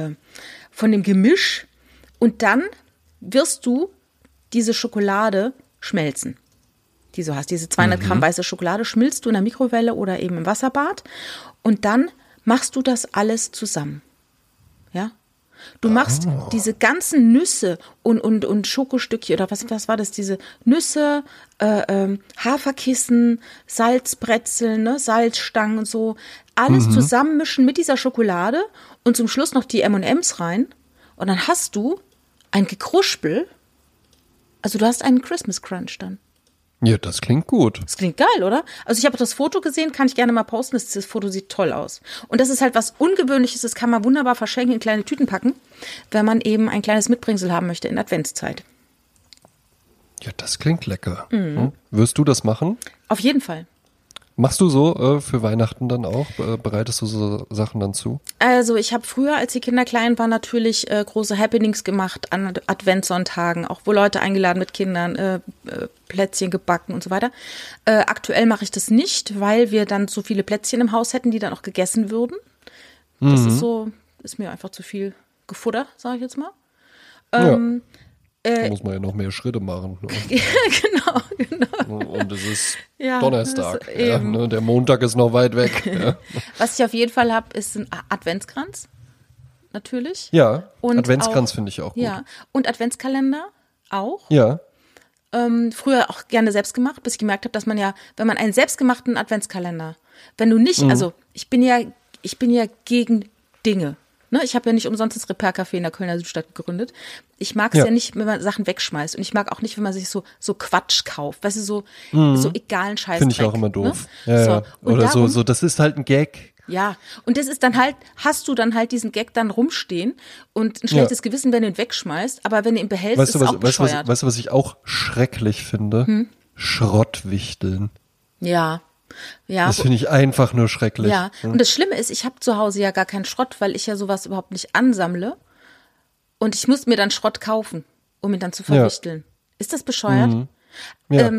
Gemisch und dann wirst du diese Schokolade schmelzen. Die du hast, diese 200 Gramm weiße Schokolade, schmilzt du in der Mikrowelle oder eben im Wasserbad und dann machst du das alles zusammen. Ja? Du machst diese ganzen Nüsse und Schokostückchen oder was war das, diese Nüsse, Haferkissen, Salzbrezeln, ne, Salzstangen und so, alles zusammenmischen mit dieser Schokolade und zum Schluss noch die M&Ms rein und dann hast du ein Gekruspel, also du hast einen Christmas Crunch dann. Ja, das klingt gut. Das klingt geil, oder? Also ich habe das Foto gesehen, kann ich gerne mal posten. Das Foto sieht toll aus. Und das ist halt was Ungewöhnliches, das kann man wunderbar verschenken, in kleine Tüten packen, wenn man eben ein kleines Mitbringsel haben möchte in Adventszeit. Ja, das klingt lecker. Wirst du das machen? Auf jeden Fall. Machst du so für Weihnachten dann auch? Bereitest du so Sachen dann zu? Also ich habe früher, als die Kinder klein waren, natürlich große Happenings gemacht an Adventssonntagen, auch wo Leute eingeladen mit Kindern, Plätzchen gebacken und so weiter. Aktuell mache ich das nicht, weil wir dann zu viele Plätzchen im Haus hätten, die dann auch gegessen würden. Das ist mir einfach zu viel Gefutter, sage ich jetzt mal. Da muss man ja noch mehr Schritte machen. Ne? Genau. Und es ist Donnerstag. Ne? Der Montag ist noch weit weg. Ja. Was ich auf jeden Fall habe, ist ein Adventskranz. Natürlich. Ja, und Adventskranz finde ich auch gut. Ja, und Adventskalender auch. Ja. Früher auch gerne selbst gemacht, bis ich gemerkt habe, dass man ja, wenn man einen selbstgemachten Adventskalender, wenn du nicht, also ich bin ja gegen Dinge. Ne, ich habe ja nicht umsonst das Repair-Café in der Kölner Südstadt gegründet. Ich mag es ja nicht, wenn man Sachen wegschmeißt. Und ich mag auch nicht, wenn man sich so Quatsch kauft. Weißt du, so egalen Scheiß. Finde ich auch immer doof. Ne? Ja, so. Ja. Oder darum, so, das ist halt ein Gag. Ja, und das ist dann halt, hast du dann halt diesen Gag dann rumstehen und ein schlechtes Gewissen, wenn du ihn wegschmeißt. Aber wenn du ihn behältst, ist es auch bescheuert. Weißt du, was ich auch schrecklich finde? Schrottwichteln. Ja. Das finde ich einfach nur schrecklich. Ja, und das Schlimme ist, ich habe zu Hause ja gar keinen Schrott, weil ich ja sowas überhaupt nicht ansammle. Und ich muss mir dann Schrott kaufen, um ihn dann zu verwichteln. Ja. Ist das bescheuert? Ja.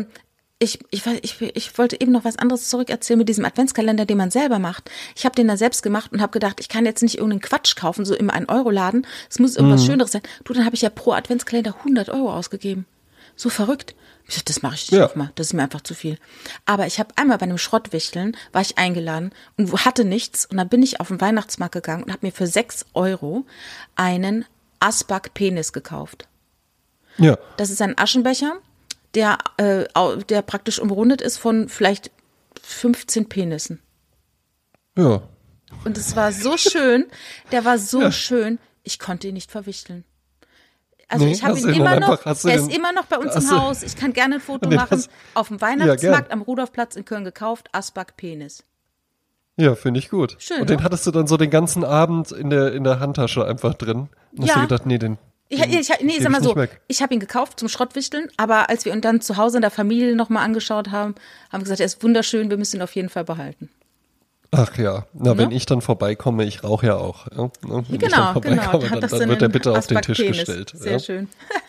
Ich wollte eben noch was anderes zurückerzählen mit diesem Adventskalender, den man selber macht. Ich habe den da selbst gemacht und habe gedacht, ich kann jetzt nicht irgendeinen Quatsch kaufen, so im 1-Euro-Laden. Es muss irgendwas Schöneres sein. Du, dann habe ich ja pro Adventskalender 100 Euro ausgegeben. So verrückt. Ich dachte, das mache ich nicht nochmal. Das ist mir einfach zu viel. Aber ich habe einmal bei einem Schrottwichteln, war ich eingeladen und hatte nichts. Und dann bin ich auf den Weihnachtsmarkt gegangen und habe mir für 6 Euro einen Asbak-Penis gekauft. Ja. Das ist ein Aschenbecher, der praktisch umrundet ist von vielleicht 15 Penissen. Ja. Und es war so schön. Der war so schön. Ich konnte ihn nicht verwichteln. Also ich habe ihn immer noch, er ist immer noch bei uns im Haus. Ich kann gerne ein Foto machen. Auf dem Weihnachtsmarkt am Rudolfplatz in Köln gekauft, Asbak Penis. Ja, finde ich gut. Schön, und den hattest du dann so den ganzen Abend in der Handtasche einfach drin. Und hast du gedacht, sag mal so, ich habe ihn gekauft zum Schrottwichteln, aber als wir ihn dann zu Hause in der Familie nochmal angeschaut haben, haben wir gesagt, er ist wunderschön, wir müssen ihn auf jeden Fall behalten. Ach ja, wenn ich dann vorbeikomme, ich rauche ja auch. Ja? Wenn genau. Dann wird der bitte auf den Tisch gestellt. Sehr schön.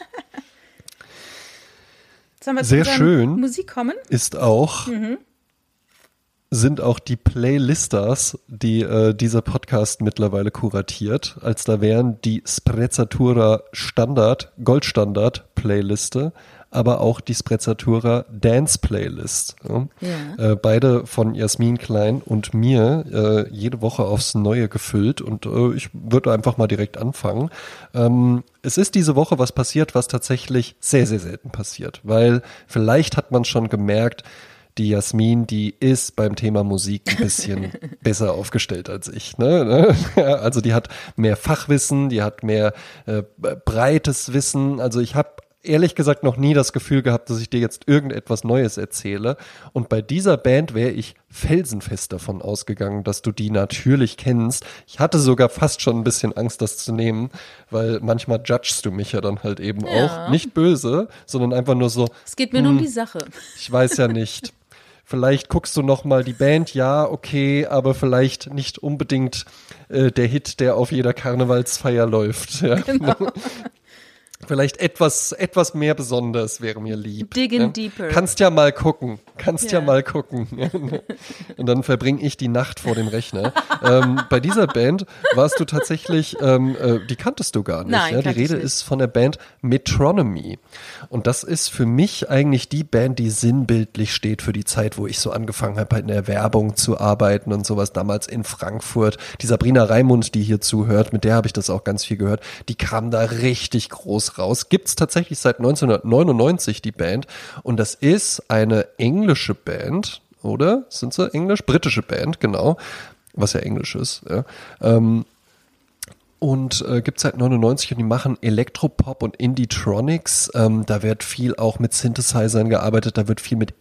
Sollen wir sehr schön Musik kommen? Sind auch die Playlisters, die dieser Podcast mittlerweile kuratiert, als da wären die Sprezzatura Goldstandard Playliste, aber auch die Sprezzatura Dance Playlist. Ja. Beide von Jasmin Klein und mir jede Woche aufs Neue gefüllt und ich würde einfach mal direkt anfangen. Es ist diese Woche was passiert, was tatsächlich sehr, sehr selten passiert, weil vielleicht hat man schon gemerkt, die Jasmin, die ist beim Thema Musik ein bisschen besser aufgestellt als ich. Ne? Also die hat mehr Fachwissen, die hat mehr breites Wissen. Also ich habe ehrlich gesagt noch nie das Gefühl gehabt, dass ich dir jetzt irgendetwas Neues erzähle. Und bei dieser Band wäre ich felsenfest davon ausgegangen, dass du die natürlich kennst. Ich hatte sogar fast schon ein bisschen Angst, das zu nehmen, weil manchmal judgst du mich ja dann halt eben auch. Nicht böse, sondern einfach nur so. Es geht mir nur um die Sache. Ich weiß ja nicht. Vielleicht guckst du noch mal die Band, ja, okay, aber vielleicht nicht unbedingt der Hit, der auf jeder Karnevalsfeier läuft. Ja. Genau. Vielleicht etwas mehr besonders wäre mir lieb. Digging deeper. Kannst ja mal gucken. Und dann verbringe ich die Nacht vor dem Rechner. Bei dieser Band warst du tatsächlich, die kanntest du gar nicht. Nein, Die Rede ist von der Band Metronomy. Und das ist für mich eigentlich die Band, die sinnbildlich steht für die Zeit, wo ich so angefangen habe, in der Werbung zu arbeiten und sowas, damals in Frankfurt. Die Sabrina Raimund, die hier zuhört, mit der habe ich das auch ganz viel gehört, die kam da richtig groß raus. Gibt's tatsächlich seit 1999 die Band und das ist eine englische Band, oder? Sind sie englisch? Britische Band, genau. Was ja Englisch ist, ja. Und gibt's seit 99 und die machen Elektropop und Indie-Tronics. Da wird viel auch mit Synthesizern gearbeitet, da wird viel mit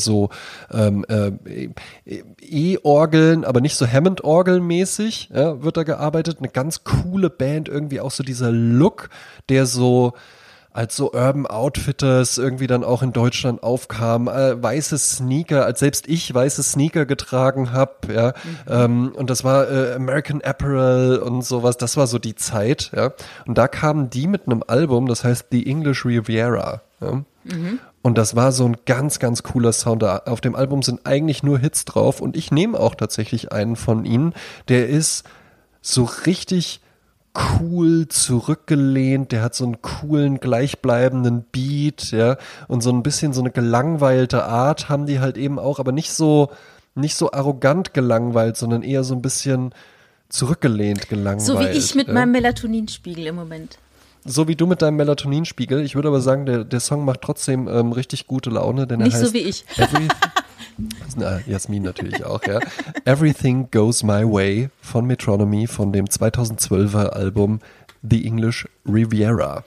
E-Orgeln, aber nicht so Hammond-Orgel-mäßig, ja, wird da gearbeitet. Eine ganz coole Band, irgendwie auch so dieser Look, der so als so Urban Outfitters irgendwie dann auch in Deutschland aufkam, weiße Sneaker, als selbst ich weiße Sneaker getragen habe, ja, und das war American Apparel und sowas, das war so die Zeit, ja, und da kamen die mit einem Album, das heißt The English Riviera, ja. Und das war so ein ganz, ganz cooler Sound. Auf dem Album sind eigentlich nur Hits drauf und ich nehme auch tatsächlich einen von ihnen, der ist so richtig cool zurückgelehnt, der hat so einen coolen, gleichbleibenden Beat, ja, und so ein bisschen so eine gelangweilte Art haben die halt eben auch, aber nicht so arrogant gelangweilt, sondern eher so ein bisschen zurückgelehnt gelangweilt. So wie ich mit meinem Melatoninspiegel im Moment. So wie du mit deinem Melatoninspiegel. Ich würde aber sagen, der Song macht trotzdem richtig gute Laune, denn er nicht heißt so wie ich. Na, Jasmin natürlich auch, ja. Everything Goes My Way von Metronomy von dem 2012er Album The English Riviera.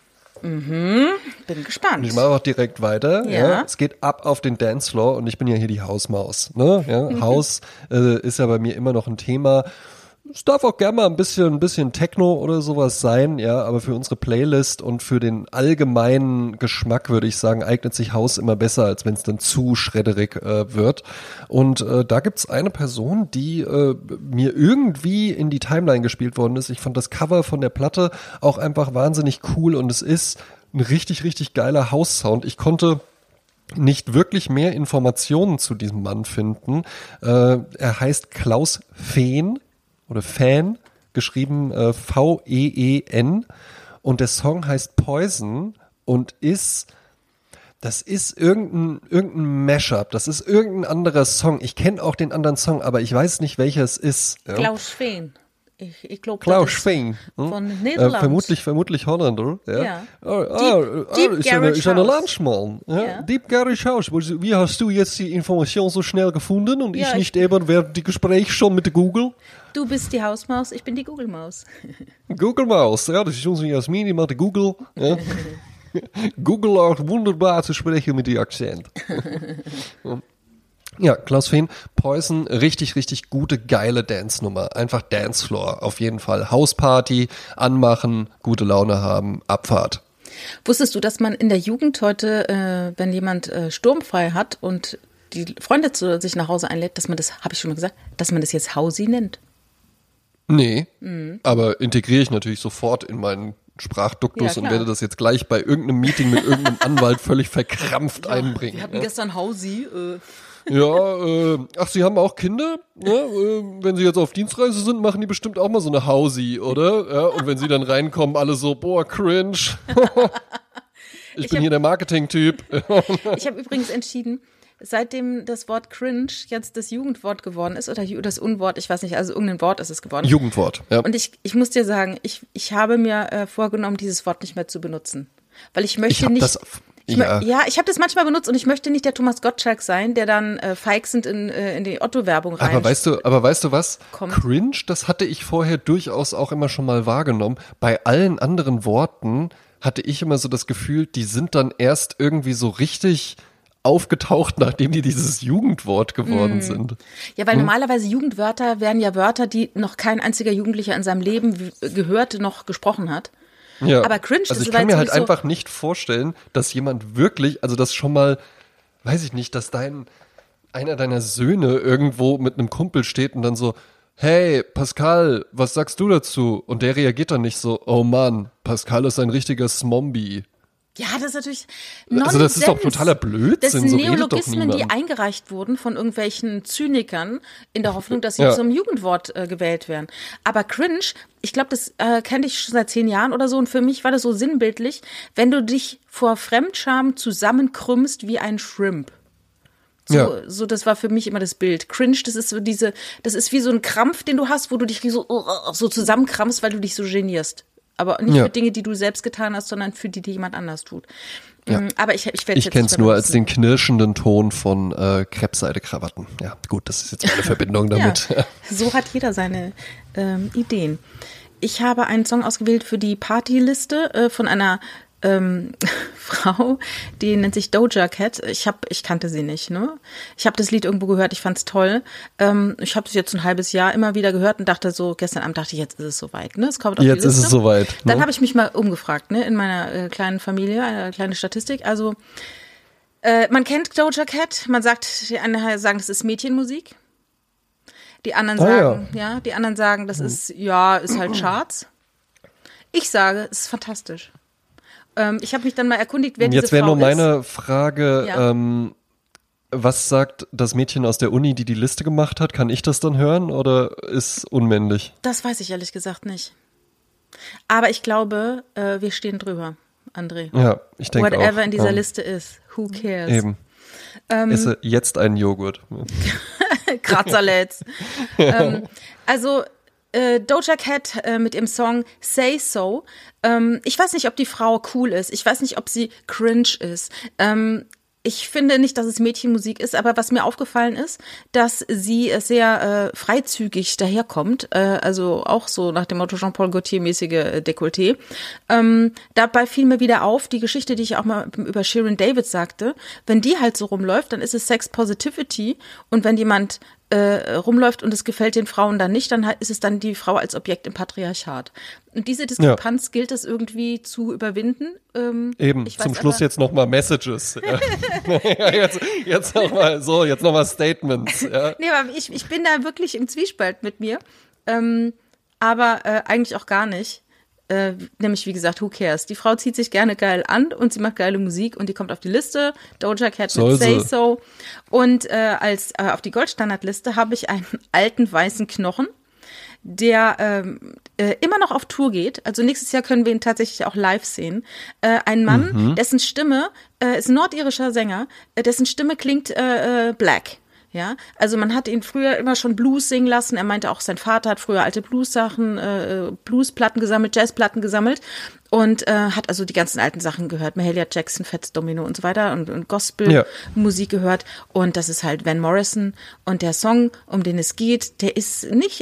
Bin gespannt. Und ich mache auch direkt weiter. Ja. Es geht ab auf den Dancefloor und ich bin ja hier die Hausmaus. Ne? Ja, Haus ist ja bei mir immer noch ein Thema. Es darf auch gerne mal ein bisschen Techno oder sowas sein, ja, aber für unsere Playlist und für den allgemeinen Geschmack, würde ich sagen, eignet sich House immer besser, als wenn es dann zu schredderig wird. Und da gibt's eine Person, die mir irgendwie in die Timeline gespielt worden ist. Ich fand das Cover von der Platte auch einfach wahnsinnig cool und es ist ein richtig, richtig geiler House-Sound. Ich konnte nicht wirklich mehr Informationen zu diesem Mann finden. Er heißt Klaus Fehn. Oder Fan, geschrieben V-E-E-N und der Song heißt Poison und das ist irgendein Mashup, das ist irgendein anderer Song. Ich kenne auch den anderen Song, aber ich weiß nicht, welcher es ist. Ja? Klaus Fehn. Ich glaube, Klaus Fehn. Von Nederland. Vermutlich Holländer. Ja. Deep Ist Garage ein Landsmann. Ja? Ja. Deep Garage House. Wie hast du jetzt die Information so schnell gefunden und ich nicht eben während die Gespräche schon mit der Google? Du bist die Hausmaus, ich bin die Google-Maus. Google-Maus, ja, das ist unsere Jasmin, die macht die Google. Ja. Google auch wunderbar zu sprechen mit dem Akzent. Ja, Klaus Fehn, Poison, richtig, richtig gute, geile Dance-Nummer. Einfach Dancefloor, auf jeden Fall. Hausparty, anmachen, gute Laune haben, Abfahrt. Wusstest du, dass man in der Jugend heute, wenn jemand sturmfrei hat und die Freunde zu sich nach Hause einlädt, dass man das, habe ich schon mal gesagt, dass man das jetzt Hausi nennt? Nee, aber integriere ich natürlich sofort in meinen Sprachduktus Ja, und werde das jetzt gleich bei irgendeinem Meeting mit irgendeinem Anwalt völlig verkrampft einbringen. Wir hatten gestern Hausi. Ja, ach, Sie haben auch Kinder? Ne? Wenn Sie jetzt auf Dienstreise sind, machen die bestimmt auch mal so eine Hausi, oder? Ja, und wenn Sie dann reinkommen, alle so, boah, cringe. Ich bin hier der Marketing-Typ. Ich habe übrigens entschieden, seitdem das Wort cringe jetzt das Jugendwort geworden ist oder das Unwort, ich weiß nicht, also irgendein Wort ist es geworden. Jugendwort, ja. Und ich muss dir sagen, ich habe mir vorgenommen, dieses Wort nicht mehr zu benutzen. Weil ich möchte ich habe das manchmal benutzt und ich möchte nicht der Thomas Gottschalk sein, der dann feixend in die Otto-Werbung rein. Aber weißt du was? Kommt. Cringe, das hatte ich vorher durchaus auch immer schon mal wahrgenommen. Bei allen anderen Worten hatte ich immer so das Gefühl, die sind dann erst irgendwie so richtig aufgetaucht, nachdem die dieses Jugendwort geworden sind. Ja, weil normalerweise Jugendwörter wären ja Wörter, die noch kein einziger Jugendlicher in seinem Leben gehört noch gesprochen hat. Ja. Aber cringe, also das ich kann mir halt so einfach nicht vorstellen, dass jemand wirklich, also das schon mal, weiß ich nicht, dass einer deiner Söhne irgendwo mit einem Kumpel steht und dann so, hey, Pascal, was sagst du dazu? Und der reagiert dann nicht so, oh Mann, Pascal ist ein richtiger Smombi. Ja, das ist natürlich Also das ist doch totaler Blödsinn. Das sind so redet doch Neologismen, niemand. die eingereicht wurden von irgendwelchen Zynikern in der Hoffnung, dass sie zum Jugendwort gewählt werden. Aber cringe, ich glaube, das kenne ich schon seit 10 Jahren oder so und für mich war das so sinnbildlich, wenn du dich vor Fremdscham zusammenkrümmst wie ein Shrimp. So, das war für mich immer das Bild. Cringe, das ist wie so ein Krampf, den du hast, wo du dich so zusammenkrampfst, weil du dich so genierst. Aber nicht für Dinge, die du selbst getan hast, sondern für die jemand anders tut. Ja. Aber ich kenne es nur als den knirschenden Ton von Kreppseidekrawatten. Ja, gut, das ist jetzt meine Verbindung damit. Ja, so hat jeder seine Ideen. Ich habe einen Song ausgewählt für die Partyliste von einer Frau, die nennt sich Doja Cat. Ich kannte sie nicht, ne? Ich habe das Lied irgendwo gehört, ich fand's toll. Ich habe das jetzt ein halbes Jahr immer wieder gehört und dachte so, gestern Abend dachte ich, jetzt ist es soweit, ne? Es kommt auf jetzt die Liste. Ist es soweit. Ne? Dann habe ich mich mal umgefragt, ne? In meiner kleinen Familie, eine kleine Statistik. Also man kennt Doja Cat, die einen sagen, das ist Mädchenmusik. Die anderen sagen, die anderen sagen, das ist halt Charts. Ich sage, es ist fantastisch. Ich habe mich dann mal erkundigt, wer diese Frau ist. Jetzt wäre nur meine Frage, was sagt das Mädchen aus der Uni, die Liste gemacht hat? Kann ich das dann hören oder ist unmännlich? Das weiß ich ehrlich gesagt nicht. Aber ich glaube, wir stehen drüber, André. Ja, ich denke auch. Whatever in dieser Liste ist, who cares? Eben. Esse jetzt einen Joghurt. Kratzerletz. Also Doja Cat mit ihrem Song Say So. Ich weiß nicht, ob die Frau cool ist. Ich weiß nicht, ob sie cringe ist. Ich finde nicht, dass es Mädchenmusik ist, aber was mir aufgefallen ist, dass sie sehr freizügig daherkommt, also auch so nach dem Motto Jean-Paul Gaultier-mäßige Dekolleté. Dabei fiel mir wieder auf, die Geschichte, die ich auch mal über Shirin David sagte, wenn die halt so rumläuft, dann ist es Sex Positivity und wenn jemand rumläuft und es gefällt den Frauen dann nicht, dann ist es dann die Frau als Objekt im Patriarchat. Und diese Diskrepanz gilt es irgendwie zu überwinden. Eben, zum Schluss jetzt nochmal Messages. Ja. jetzt nochmal Statements. Ja. Nee, aber ich bin da wirklich im Zwiespalt mit mir. Aber eigentlich auch gar nicht. Nämlich, wie gesagt, who cares? Die Frau zieht sich gerne geil an und sie macht geile Musik und die kommt auf die Liste. Doja Cat mit Say So. Und auf die Goldstandardliste habe ich einen alten weißen Knochen, der immer noch auf Tour geht. Also nächstes Jahr können wir ihn tatsächlich auch live sehen. Ein Mann, dessen Stimme, ist ein nordirischer Sänger, dessen Stimme klingt black. Ja, also man hat ihn früher immer schon Blues singen lassen. Er meinte auch, sein Vater hat früher alte Blues-Sachen, Bluesplatten gesammelt, Jazzplatten gesammelt und hat also die ganzen alten Sachen gehört. Mahalia Jackson, Fats Domino und so weiter und Gospel-Musik gehört. Und das ist halt Van Morrison. Und der Song, um den es geht, der ist nicht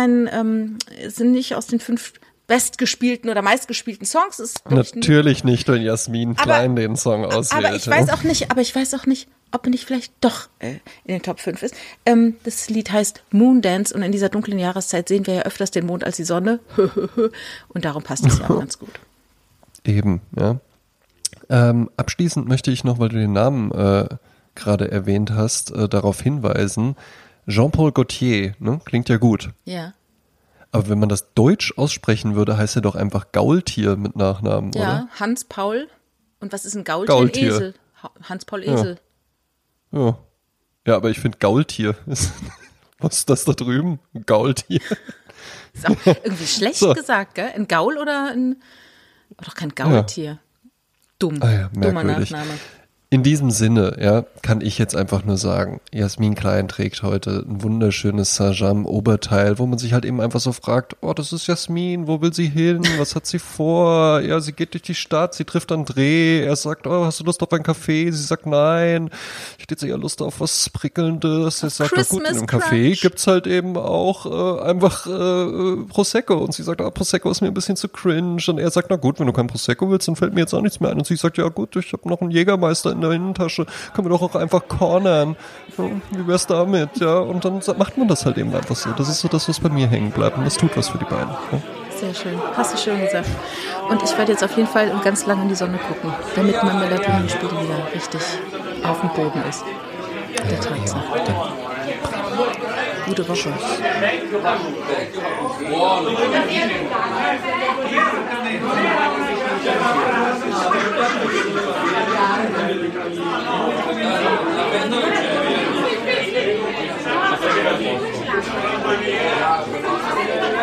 sind nicht aus den 5 bestgespielten oder meistgespielten Songs. Ist natürlich nicht, wenn Jasmin Klein den Song auswählt. Aber ich weiß auch nicht, ob er nicht vielleicht doch in den Top 5 ist. Das Lied heißt Moondance und in dieser dunklen Jahreszeit sehen wir ja öfters den Mond als die Sonne. Und darum passt es ja auch ganz gut. Eben, ja. Abschließend möchte ich noch, weil du den Namen gerade erwähnt hast, darauf hinweisen. Jean-Paul Gaultier, ne? Klingt ja gut. Ja. Aber wenn man das deutsch aussprechen würde, heißt er doch einfach Gaultier mit Nachnamen, oder? Ja, Hans-Paul. Und was ist ein Gaultier? Gaultier. Ein Esel. Hans-Paul Esel. Ja, aber ich finde Gaultier. Was ist das da drüben? Ein Gaultier. Ist auch irgendwie schlecht gesagt, gell? Ein Gaul oder doch kein Gaultier. Ja. Dumm. Dummer Nachname. In diesem Sinne, ja, kann ich jetzt einfach nur sagen, Jasmin Klein trägt heute ein wunderschönes Sajam-Oberteil, wo man sich halt eben einfach so fragt, oh, das ist Jasmin, wo will sie hin, was hat sie vor? Ja, sie geht durch die Stadt, sie trifft André, er sagt, oh, hast du Lust auf einen Kaffee? Sie sagt, nein, ich hätte eher Lust auf was Prickelndes. Er sagt, gut, in einem Café gibt's halt eben auch einfach Prosecco. Und sie sagt, Prosecco ist mir ein bisschen zu cringe. Und er sagt, na gut, wenn du kein Prosecco willst, dann fällt mir jetzt auch nichts mehr ein. Und sie sagt, ja gut, ich habe noch einen Jägermeister in der Innentasche, können wir doch auch einfach cornern. So, wie wär's damit? Ja, und dann macht man das halt eben einfach so. Das ist so das, was bei mir hängen bleibt und das tut was für die beiden. Ja. Sehr schön. Hast du schön gesagt. Und ich werde jetzt auf jeden Fall ganz lange in die Sonne gucken, damit mein Melatoninspiegel wieder richtig auf dem Boden ist. Der Tatsache. Gute Woche. Tschüss.